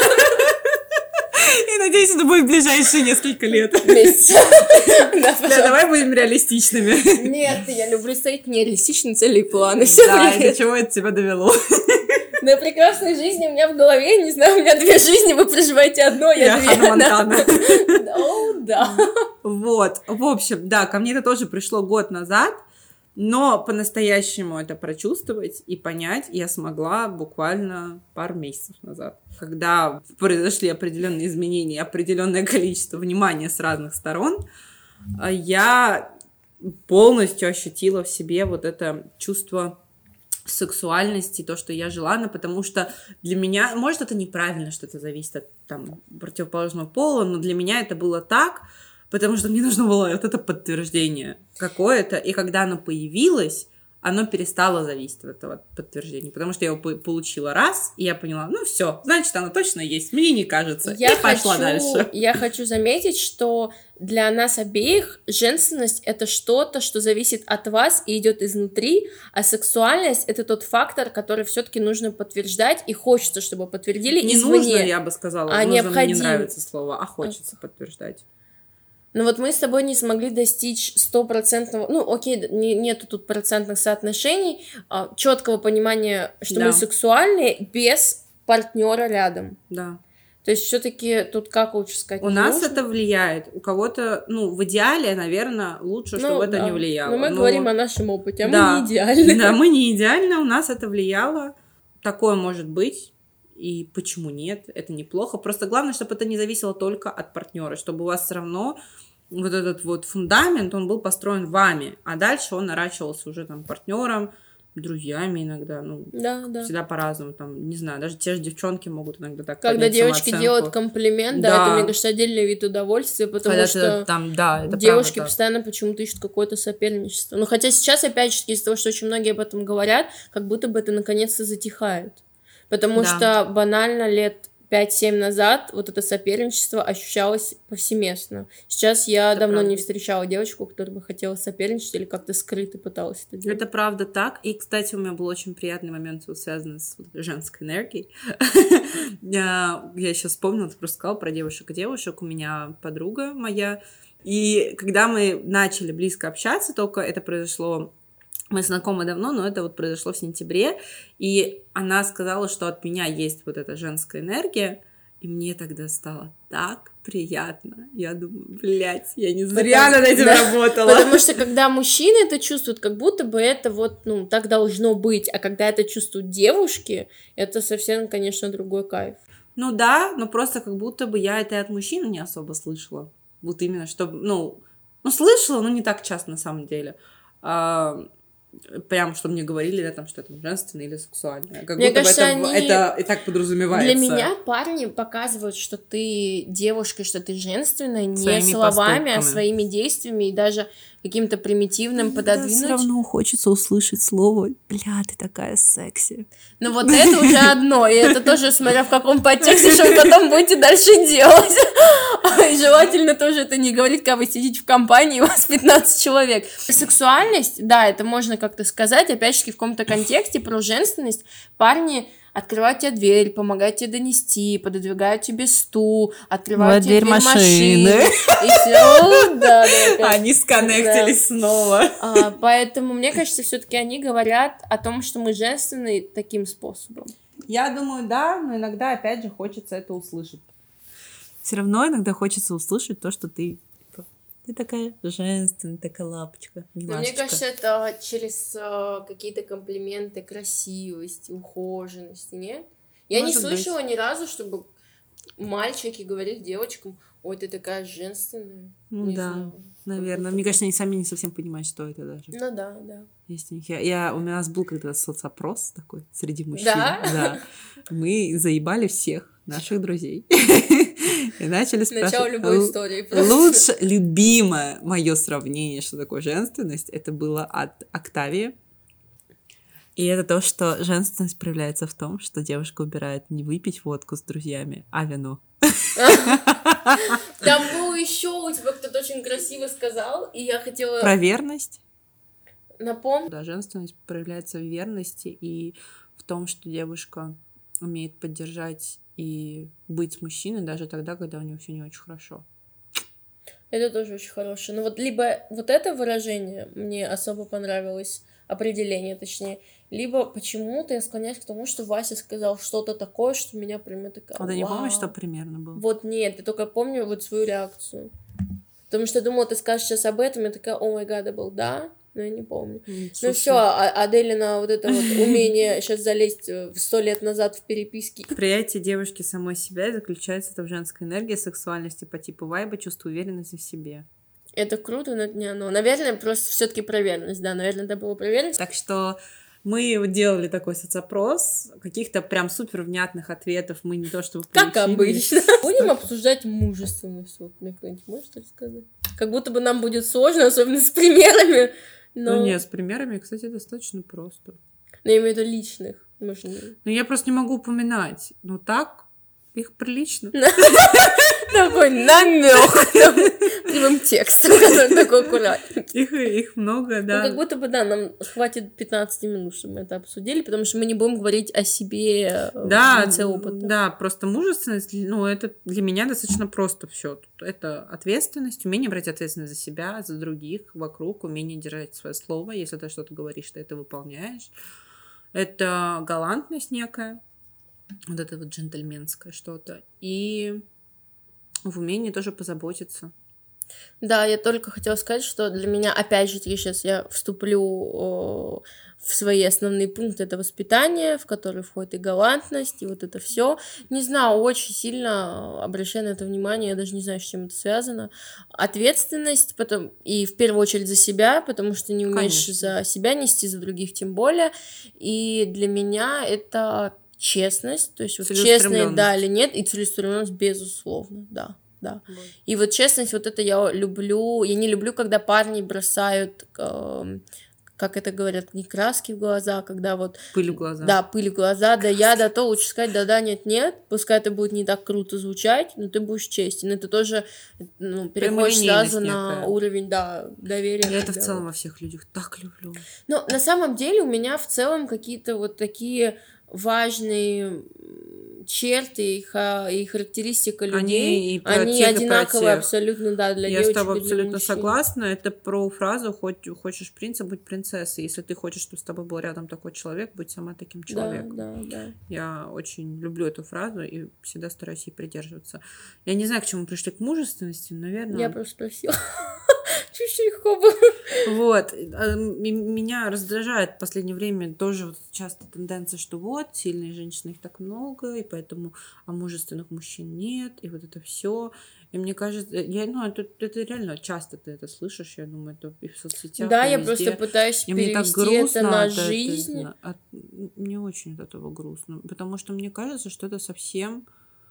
И надеюсь, это будет в ближайшие несколько лет. Месяцев. Да, давай будем реалистичными. Нет, я люблю ставить нереалистичные цели и планы. Да, и до чего это тебя довело? На прекрасной жизни у меня в голове, не знаю, у меня две жизни, вы проживаете одно, я, я две. Ханна Монтана. О, да. Вот, в общем, да, ко мне это тоже пришло год назад, но по-настоящему это прочувствовать и понять я смогла буквально пару месяцев назад, когда произошли определенные изменения, определенное количество внимания с разных сторон, я полностью ощутила в себе вот это чувство сексуальности, то, что я желанна, потому что для меня, может, это неправильно, что это зависит от там, противоположного пола, но для меня это было так, потому что мне нужно было вот это подтверждение какое-то, и когда оно появилось, оно перестало зависеть от этого подтверждения, потому что я его получила раз, и я поняла, ну все, значит, оно точно есть, мне не кажется, я и хочу, пошла дальше. Я хочу заметить, что для нас обеих женственность — это что-то, что зависит от вас и идет изнутри, а сексуальность — это тот фактор, который все-таки нужно подтверждать, и хочется, чтобы подтвердили не извне. Не нужно, я бы сказала, а нужно, необходимо. Мне не нравится слово, а хочется подтверждать. Но вот мы с тобой не смогли достичь стопроцентного, ну, окей, не, нету тут процентных соотношений, а, четкого понимания, что да. мы сексуальные без партнера рядом. Да. То есть все-таки тут как лучше сказать? У нас нужно? Это влияет. У кого-то, ну, в идеале, наверное, лучше, ну, чтобы да. это не влияло. Но мы Но... говорим о нашем опыте, а да. мы не идеальны. Да, мы не идеальны, у нас это влияло. Такое может быть. И почему нет? Это неплохо. Просто главное, чтобы это не зависело только от партнера, чтобы у вас все равно вот этот вот фундамент, он был построен вами, а дальше он наращивался уже там партнером, друзьями иногда, ну, да, да. всегда по-разному, там, не знаю, даже те же девчонки могут иногда так когда девочки самооценку. Делают комплимент, да. да, это, мне кажется, отдельный вид удовольствия, потому когда что там, да, это девушки правда, постоянно так. Почему-то ищут какое-то соперничество. Ну, хотя сейчас, опять же, из-за того, что очень многие об этом говорят, как будто бы это наконец-то затихает. Потому да. что банально лет пять-семь назад вот это соперничество ощущалось повсеместно. Сейчас я это давно правда. Не встречала девочку, которая бы хотела соперничать или как-то скрыто пыталась это делать. Это правда так. И, кстати, у меня был очень приятный момент, связанный с женской энергией. Я сейчас вспомнила, ты просто сказала про девушек и девушек. У меня подруга моя. И когда мы начали близко общаться, только это произошло... Мы знакомы давно, но это вот произошло в сентябре, и она сказала, что от меня есть вот эта женская энергия, И мне тогда стало так приятно. Я думаю, блядь, я не зря над этим да. работала. Потому что когда мужчины это чувствуют, как будто бы это вот, ну, так должно быть. А когда это чувствуют девушки, это совсем, конечно, другой кайф. Ну да, но просто как будто бы я это и от мужчин не особо слышала. Вот именно, чтобы, ну, ну, слышала, но не так часто на самом деле. А, прям, что мне говорили, да, там, что это женственное или сексуальное. Как мне будто кажется, бы это, они... это и так подразумевается. Для меня парни показывают, что ты девушка, что ты женственная, не своими словами, поступками. А своими действиями и даже каким-то примитивным пододвинуть. Да, все равно хочется услышать слово «бля, ты такая секси». Ну вот это уже одно, и это тоже смотря в каком подтексте, что вы потом будете дальше делать. И желательно тоже это не говорить, когда вы сидите в компании, у вас пятнадцать человек. Сексуальность, да, это можно как-то сказать, опять же, в каком-то контексте про женственность. Парни открывают тебе дверь, помогают тебе донести, пододвигают тебе стул, открывают тебе дверь машины. машины. И все, да, да. Они сконнектились да. снова. А, поэтому, мне кажется, все-таки они говорят о том, что мы женственные таким способом. Я думаю, да, но иногда, опять же, хочется это услышать. Все равно иногда хочется услышать то, что ты Ты такая женственная, такая лапочка. Но мне кажется, это через э, какие-то комплименты красивости, ухоженности, нет? Я Может не слышала быть. ни разу, чтобы мальчики говорили девочкам: ой, ты такая женственная. Ну не да, знаю, наверное. Мне кажется, они сами не совсем понимают, что это даже. Ну да, да. Есть у них. Я, я, у нас был когда-то соцопрос такой среди мужчин. Да? Да. Мы заебали всех наших друзей. И начали спрашивать. Начало любой истории. Просто. Лучше, любимое мое сравнение, что такое женственность, это было от Октавии. И это то, что женственность проявляется в том, что девушка выбирает не выпить водку с друзьями, а вино. Там был еще у тебя кто-то очень красиво сказал, и я хотела... Про верность? Напомню. Да, женственность проявляется в верности и в том, что девушка умеет поддержать и быть с мужчиной даже тогда, когда у него все не очень хорошо. Это тоже очень хорошее. Но вот либо вот это выражение мне особо понравилось, определение точнее, либо почему-то я склоняюсь к тому, что Вася сказал что-то такое, что меня прямо такая... А ты не помнишь, что примерно было? Вот нет, я только помню вот свою реакцию. Потому что я думала, ты скажешь сейчас об этом, я такая: о май гад, был да, но я не помню. Mm, ну все, а Аделина вот это вот умение сейчас залезть в сто лет назад в переписки. Приятие девушки самой себя заключается это в женской энергии, сексуальности по типу вайба, чувство уверенности в себе. Это круто, но это не оно. Наверное, просто все-таки про верность, да, наверное, это было про верность. Так что мы делали такой соцопрос, каких-то прям супер внятных ответов мы не то чтобы получили. Как обычно. Будем обсуждать мужественность. Вот мне кто-нибудь может рассказать? Как будто бы нам будет сложно, особенно с примерами. Но... Ну нет, с примерами, кстати, достаточно просто. Но я имею в виду личных. Может, не... Ну я просто не могу упоминать. Но так их прилично. Такой намек прямым текстом, который такой аккуратный. Их, их много, да. Ну, как будто бы, да, нам хватит пятнадцать минут, чтобы мы это обсудили, потому что мы не будем говорить о себе да, в лице опыта. Да, просто мужественность, ну, это для меня достаточно просто все. Это ответственность, умение брать ответственность за себя, за других, вокруг, умение держать свое слово, если ты что-то говоришь, ты это выполняешь. Это галантность некая, вот это вот джентльменское что-то. И в умении тоже позаботиться. Да, я только хотела сказать, что для меня, опять же, сейчас я вступлю о, в свои основные пункты. Это воспитание, в которое входит и галантность, и вот это все. Не знаю, очень сильно обращаю на это внимание, я даже не знаю, с чем это связано. Ответственность, потом, и в первую очередь за себя, потому что не умеешь Конечно. За себя нести, за других тем более. И для меня это честность, то есть вот честные да или нет, и целеустремленность, безусловно, да. Да. Вот. И вот честность, вот это я люблю. Я не люблю, когда парни бросают, э, как это говорят, не краски в глаза, когда вот... Пыль в глаза. Да, пыль в глаза, краски. Да я, да то, лучше сказать да-да, нет-нет, пускай это будет не так круто звучать, но ты будешь честен. Это тоже ну, переходишь сразу на некая. Уровень, да, доверия. Я это в целом во всех людях так люблю. Но на самом деле у меня в целом какие-то вот такие важные черты и, ха- и характеристика Они людей, и про они тех, и про одинаковые тех. абсолютно, да, для Я девочек с тобой и для абсолютно мужчин. согласна. Это про фразу «Хоть хочешь принца, будь принцессой». Если ты хочешь, чтобы с тобой был рядом такой человек, будь сама таким человеком. Да, да, да. Я очень люблю эту фразу и всегда стараюсь ей придерживаться. Я не знаю, к чему мы пришли, к мужественности, наверное. Я просто спросила. Чуть-чуть легко было. Вот. А, м- Меня раздражает в последнее время тоже вот часто тенденция, что вот, сильные женщины их так много, и поэтому а мужественных мужчин нет, и вот это все. И мне кажется, я, ну, это, это реально часто ты это слышишь, я думаю, это и в соцсетях, Да, и я везде. просто пытаюсь И мне так перевести это грустно на от, жизнь. это- от- мне очень от этого грустно, потому что мне кажется, что это совсем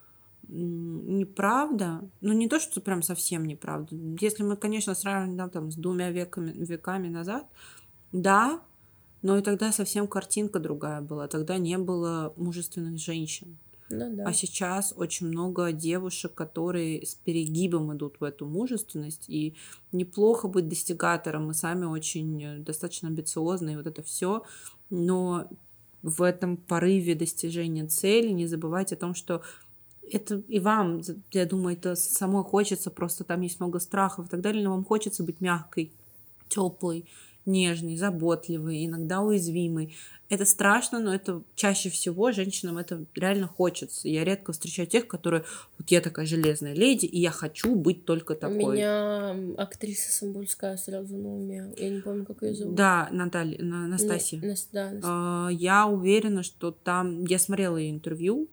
м, неправда. Ну, не то, что прям совсем неправда. Если мы, конечно, сравним да, там, с двумя веками, веками назад, да, но и тогда совсем картинка другая была. Тогда не было мужественных женщин. Ну да. А сейчас очень много девушек, которые с перегибом идут в эту мужественность. И неплохо быть достигатором. Мы сами очень э, достаточно амбициозны, и вот это все. Но в этом порыве достижения цели не забывать о том, что это и вам, я думаю, это самой хочется, просто там есть много страхов и так далее, но вам хочется быть мягкой, теплой, нежной, заботливой, иногда уязвимой. Это страшно, но это чаще всего женщинам это реально хочется. Я редко встречаю тех, которые вот я такая железная леди, и я хочу быть только У такой. меня актриса Самбурская сразу на уме. Я не помню, как ее зовут. Да, Наталья, На- Не- Настасья. Нас- да, Нас- А, Я уверена, что там... Я смотрела ее интервью,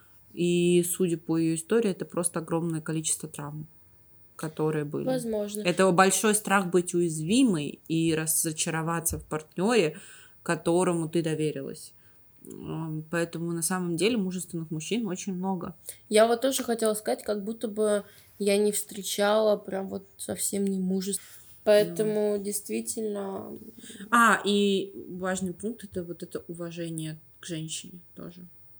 и, судя по ее истории, это просто огромное количество травм, которые были. Возможно. Это большой страх быть уязвимой и разочароваться в партнере, которому ты доверилась. М, Поэтому на самом деле мужественных мужчин очень много. Я вот тоже хотела сказать, как будто бы я не встречала прям вот совсем не мужество. Поэтому действительно, А, и важный пункт это вот это уважение к женщине тоже.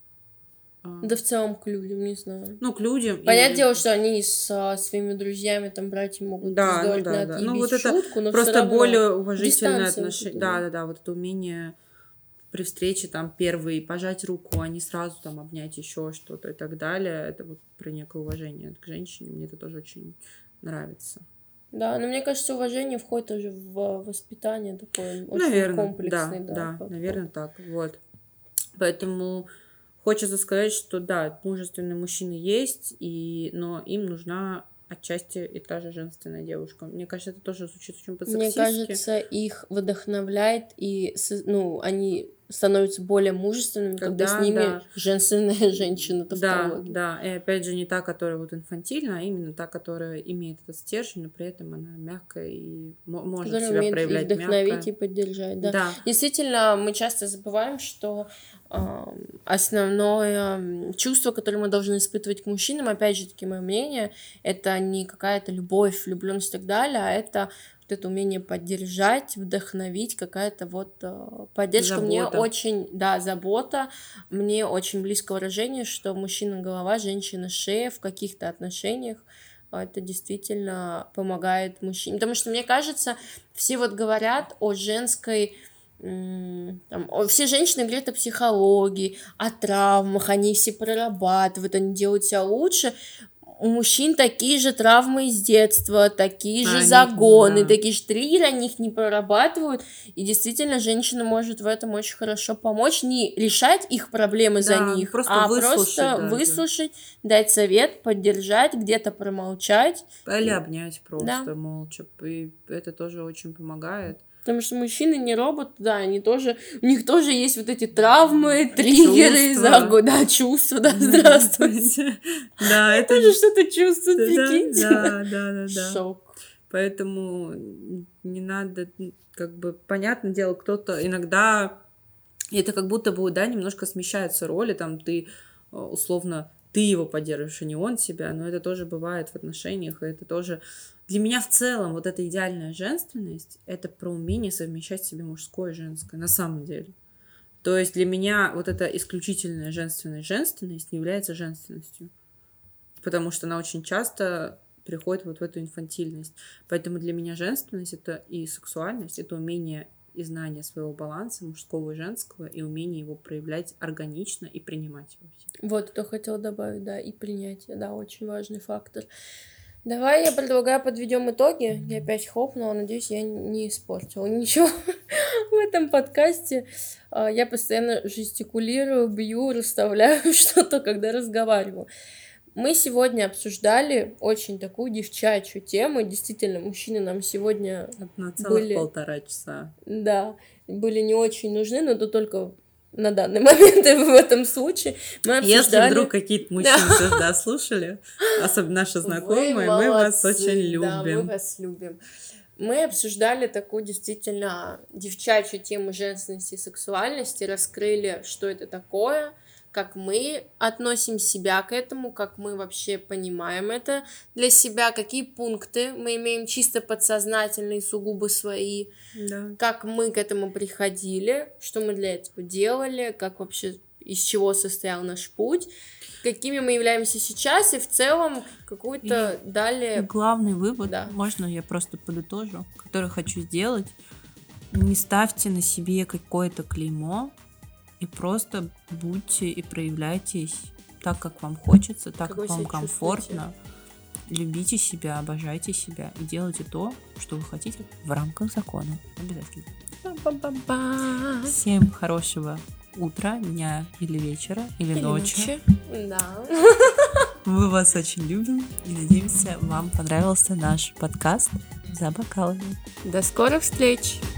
А, да в целом к людям, не знаю. Ну, к людям. Понятное и- дело, что они со своими друзьями, там, братьями могут Да, ну сделать да, на да. отъебись Ну, вот это шутку, но просто всё равно более уважительное дистанция вот отношение. эта, Да, да. да, да, вот это умение при встрече там первый пожать руку, а не сразу там обнять еще что-то и так далее. Это вот про некое уважение к женщине. Мне это тоже очень нравится. Да, но мне кажется, уважение входит тоже в воспитание такое очень Наверное, комплексное. да, Да, да, подход. наверное, так. Вот. Поэтому хочется сказать, что да, мужественные мужчины есть, и, но им нужна отчасти и та же женственная девушка. Мне кажется, это тоже звучит очень Мне по-сексистски. кажется, их вдохновляет, и с- ну, они становятся более мужественными, когда, Когда, с ними да. женственная женщина Да, тавтология. да, и опять же не та, которая вот инфантильна, а именно та, которая имеет этот стержень, но при этом она мягкая и мо- может Которая себя умеет и проявлять вдохновить, мягко. и поддержать, да. Да. Действительно, мы часто забываем, что а, основное м, чувство, которое мы должны испытывать к мужчинам, опять же таки, мое мнение, это не какая-то любовь, влюбленность и так далее, а это вот это умение поддержать, вдохновить, какая-то вот а, поддержка. Мне Забота. очень, да, забота, мне очень близко выражение, что мужчина голова, женщина шея в каких-то отношениях. а, Это действительно помогает мужчине. Потому что, мне кажется, все вот говорят о женской... м, там, о- все женщины говорят о психологии, о травмах, они все прорабатывают, они делают себя лучше. У мужчин такие же травмы из детства, такие же Они- загоны, да. такие же триггеры, они их не прорабатывают. И действительно, женщина может в этом очень хорошо помочь, не решать их проблемы за Да, них, просто а выслушать просто даже. выслушать, дать совет, поддержать, где-то промолчать. Или обнять просто Да. молча. И это тоже очень помогает. Потому что мужчины не роботы, да, они тоже, у них тоже есть вот эти травмы, триггеры, Чувства. загоны, да, чувства, да, здравствуйте. Да, это Тоже что-то чувствует, Да, прикиньте. да, да, да, да. Шок. Поэтому не надо, как бы, понятное дело, кто-то иногда, это как будто бы, да, немножко смещаются роли, там ты, э, условно, ты его поддерживаешь, а не он себя, но это тоже бывает в отношениях, и это тоже... Для меня в целом вот эта идеальная женственность, это про умение совмещать в себе мужское и женское, на самом деле. То есть для меня вот эта исключительная женственная женственность не является женственностью, потому что она очень часто приходит вот в эту инфантильность. Поэтому для меня женственность — это и сексуальность, это умение и знание своего баланса мужского и женского, и умение его проявлять органично и принимать его. Вот, что хотела добавить, да, и принятие, да, очень важный фактор. Давай я предлагаю подведем итоги. Я опять хлопнула, надеюсь, я не испортила ничего в этом подкасте. Я постоянно жестикулирую, бью, расставляю что-то, когда разговариваю. Мы сегодня обсуждали очень такую девчачью тему. Действительно, мужчины нам сегодня на целых были... полтора часа. Да, были не очень нужны, но это только на данный момент и в этом случае. Мы обсуждали... Если вдруг какие-то мужчины тоже да, слушали, особенно наши знакомые, мы вас очень любим. Да, мы вас любим. Мы обсуждали такую действительно девчачью тему женственности и сексуальности, раскрыли, что это такое, как мы относим себя к этому, как мы вообще понимаем это для себя, какие пункты мы имеем чисто подсознательные, сугубо свои, да. Как мы к этому приходили, что мы для этого делали, как вообще, из чего состоял наш путь, какими мы являемся сейчас, и в целом какую-то и далее... Главный вывод, да. Можно я просто подытожу, который хочу сделать, не ставьте на себе какое-то клеймо, и просто будьте и проявляйтесь так, как вам хочется, так, как, как вам комфортно. Любите себя, обожайте себя и делайте то, что вы хотите в рамках закона. Обязательно. Ба-ба-ба. Всем хорошего утра, дня или вечера, или, или ночи. ночи. Да. Мы вас очень любим и надеемся, вам понравился наш подкаст «За бокалами». До скорых встреч!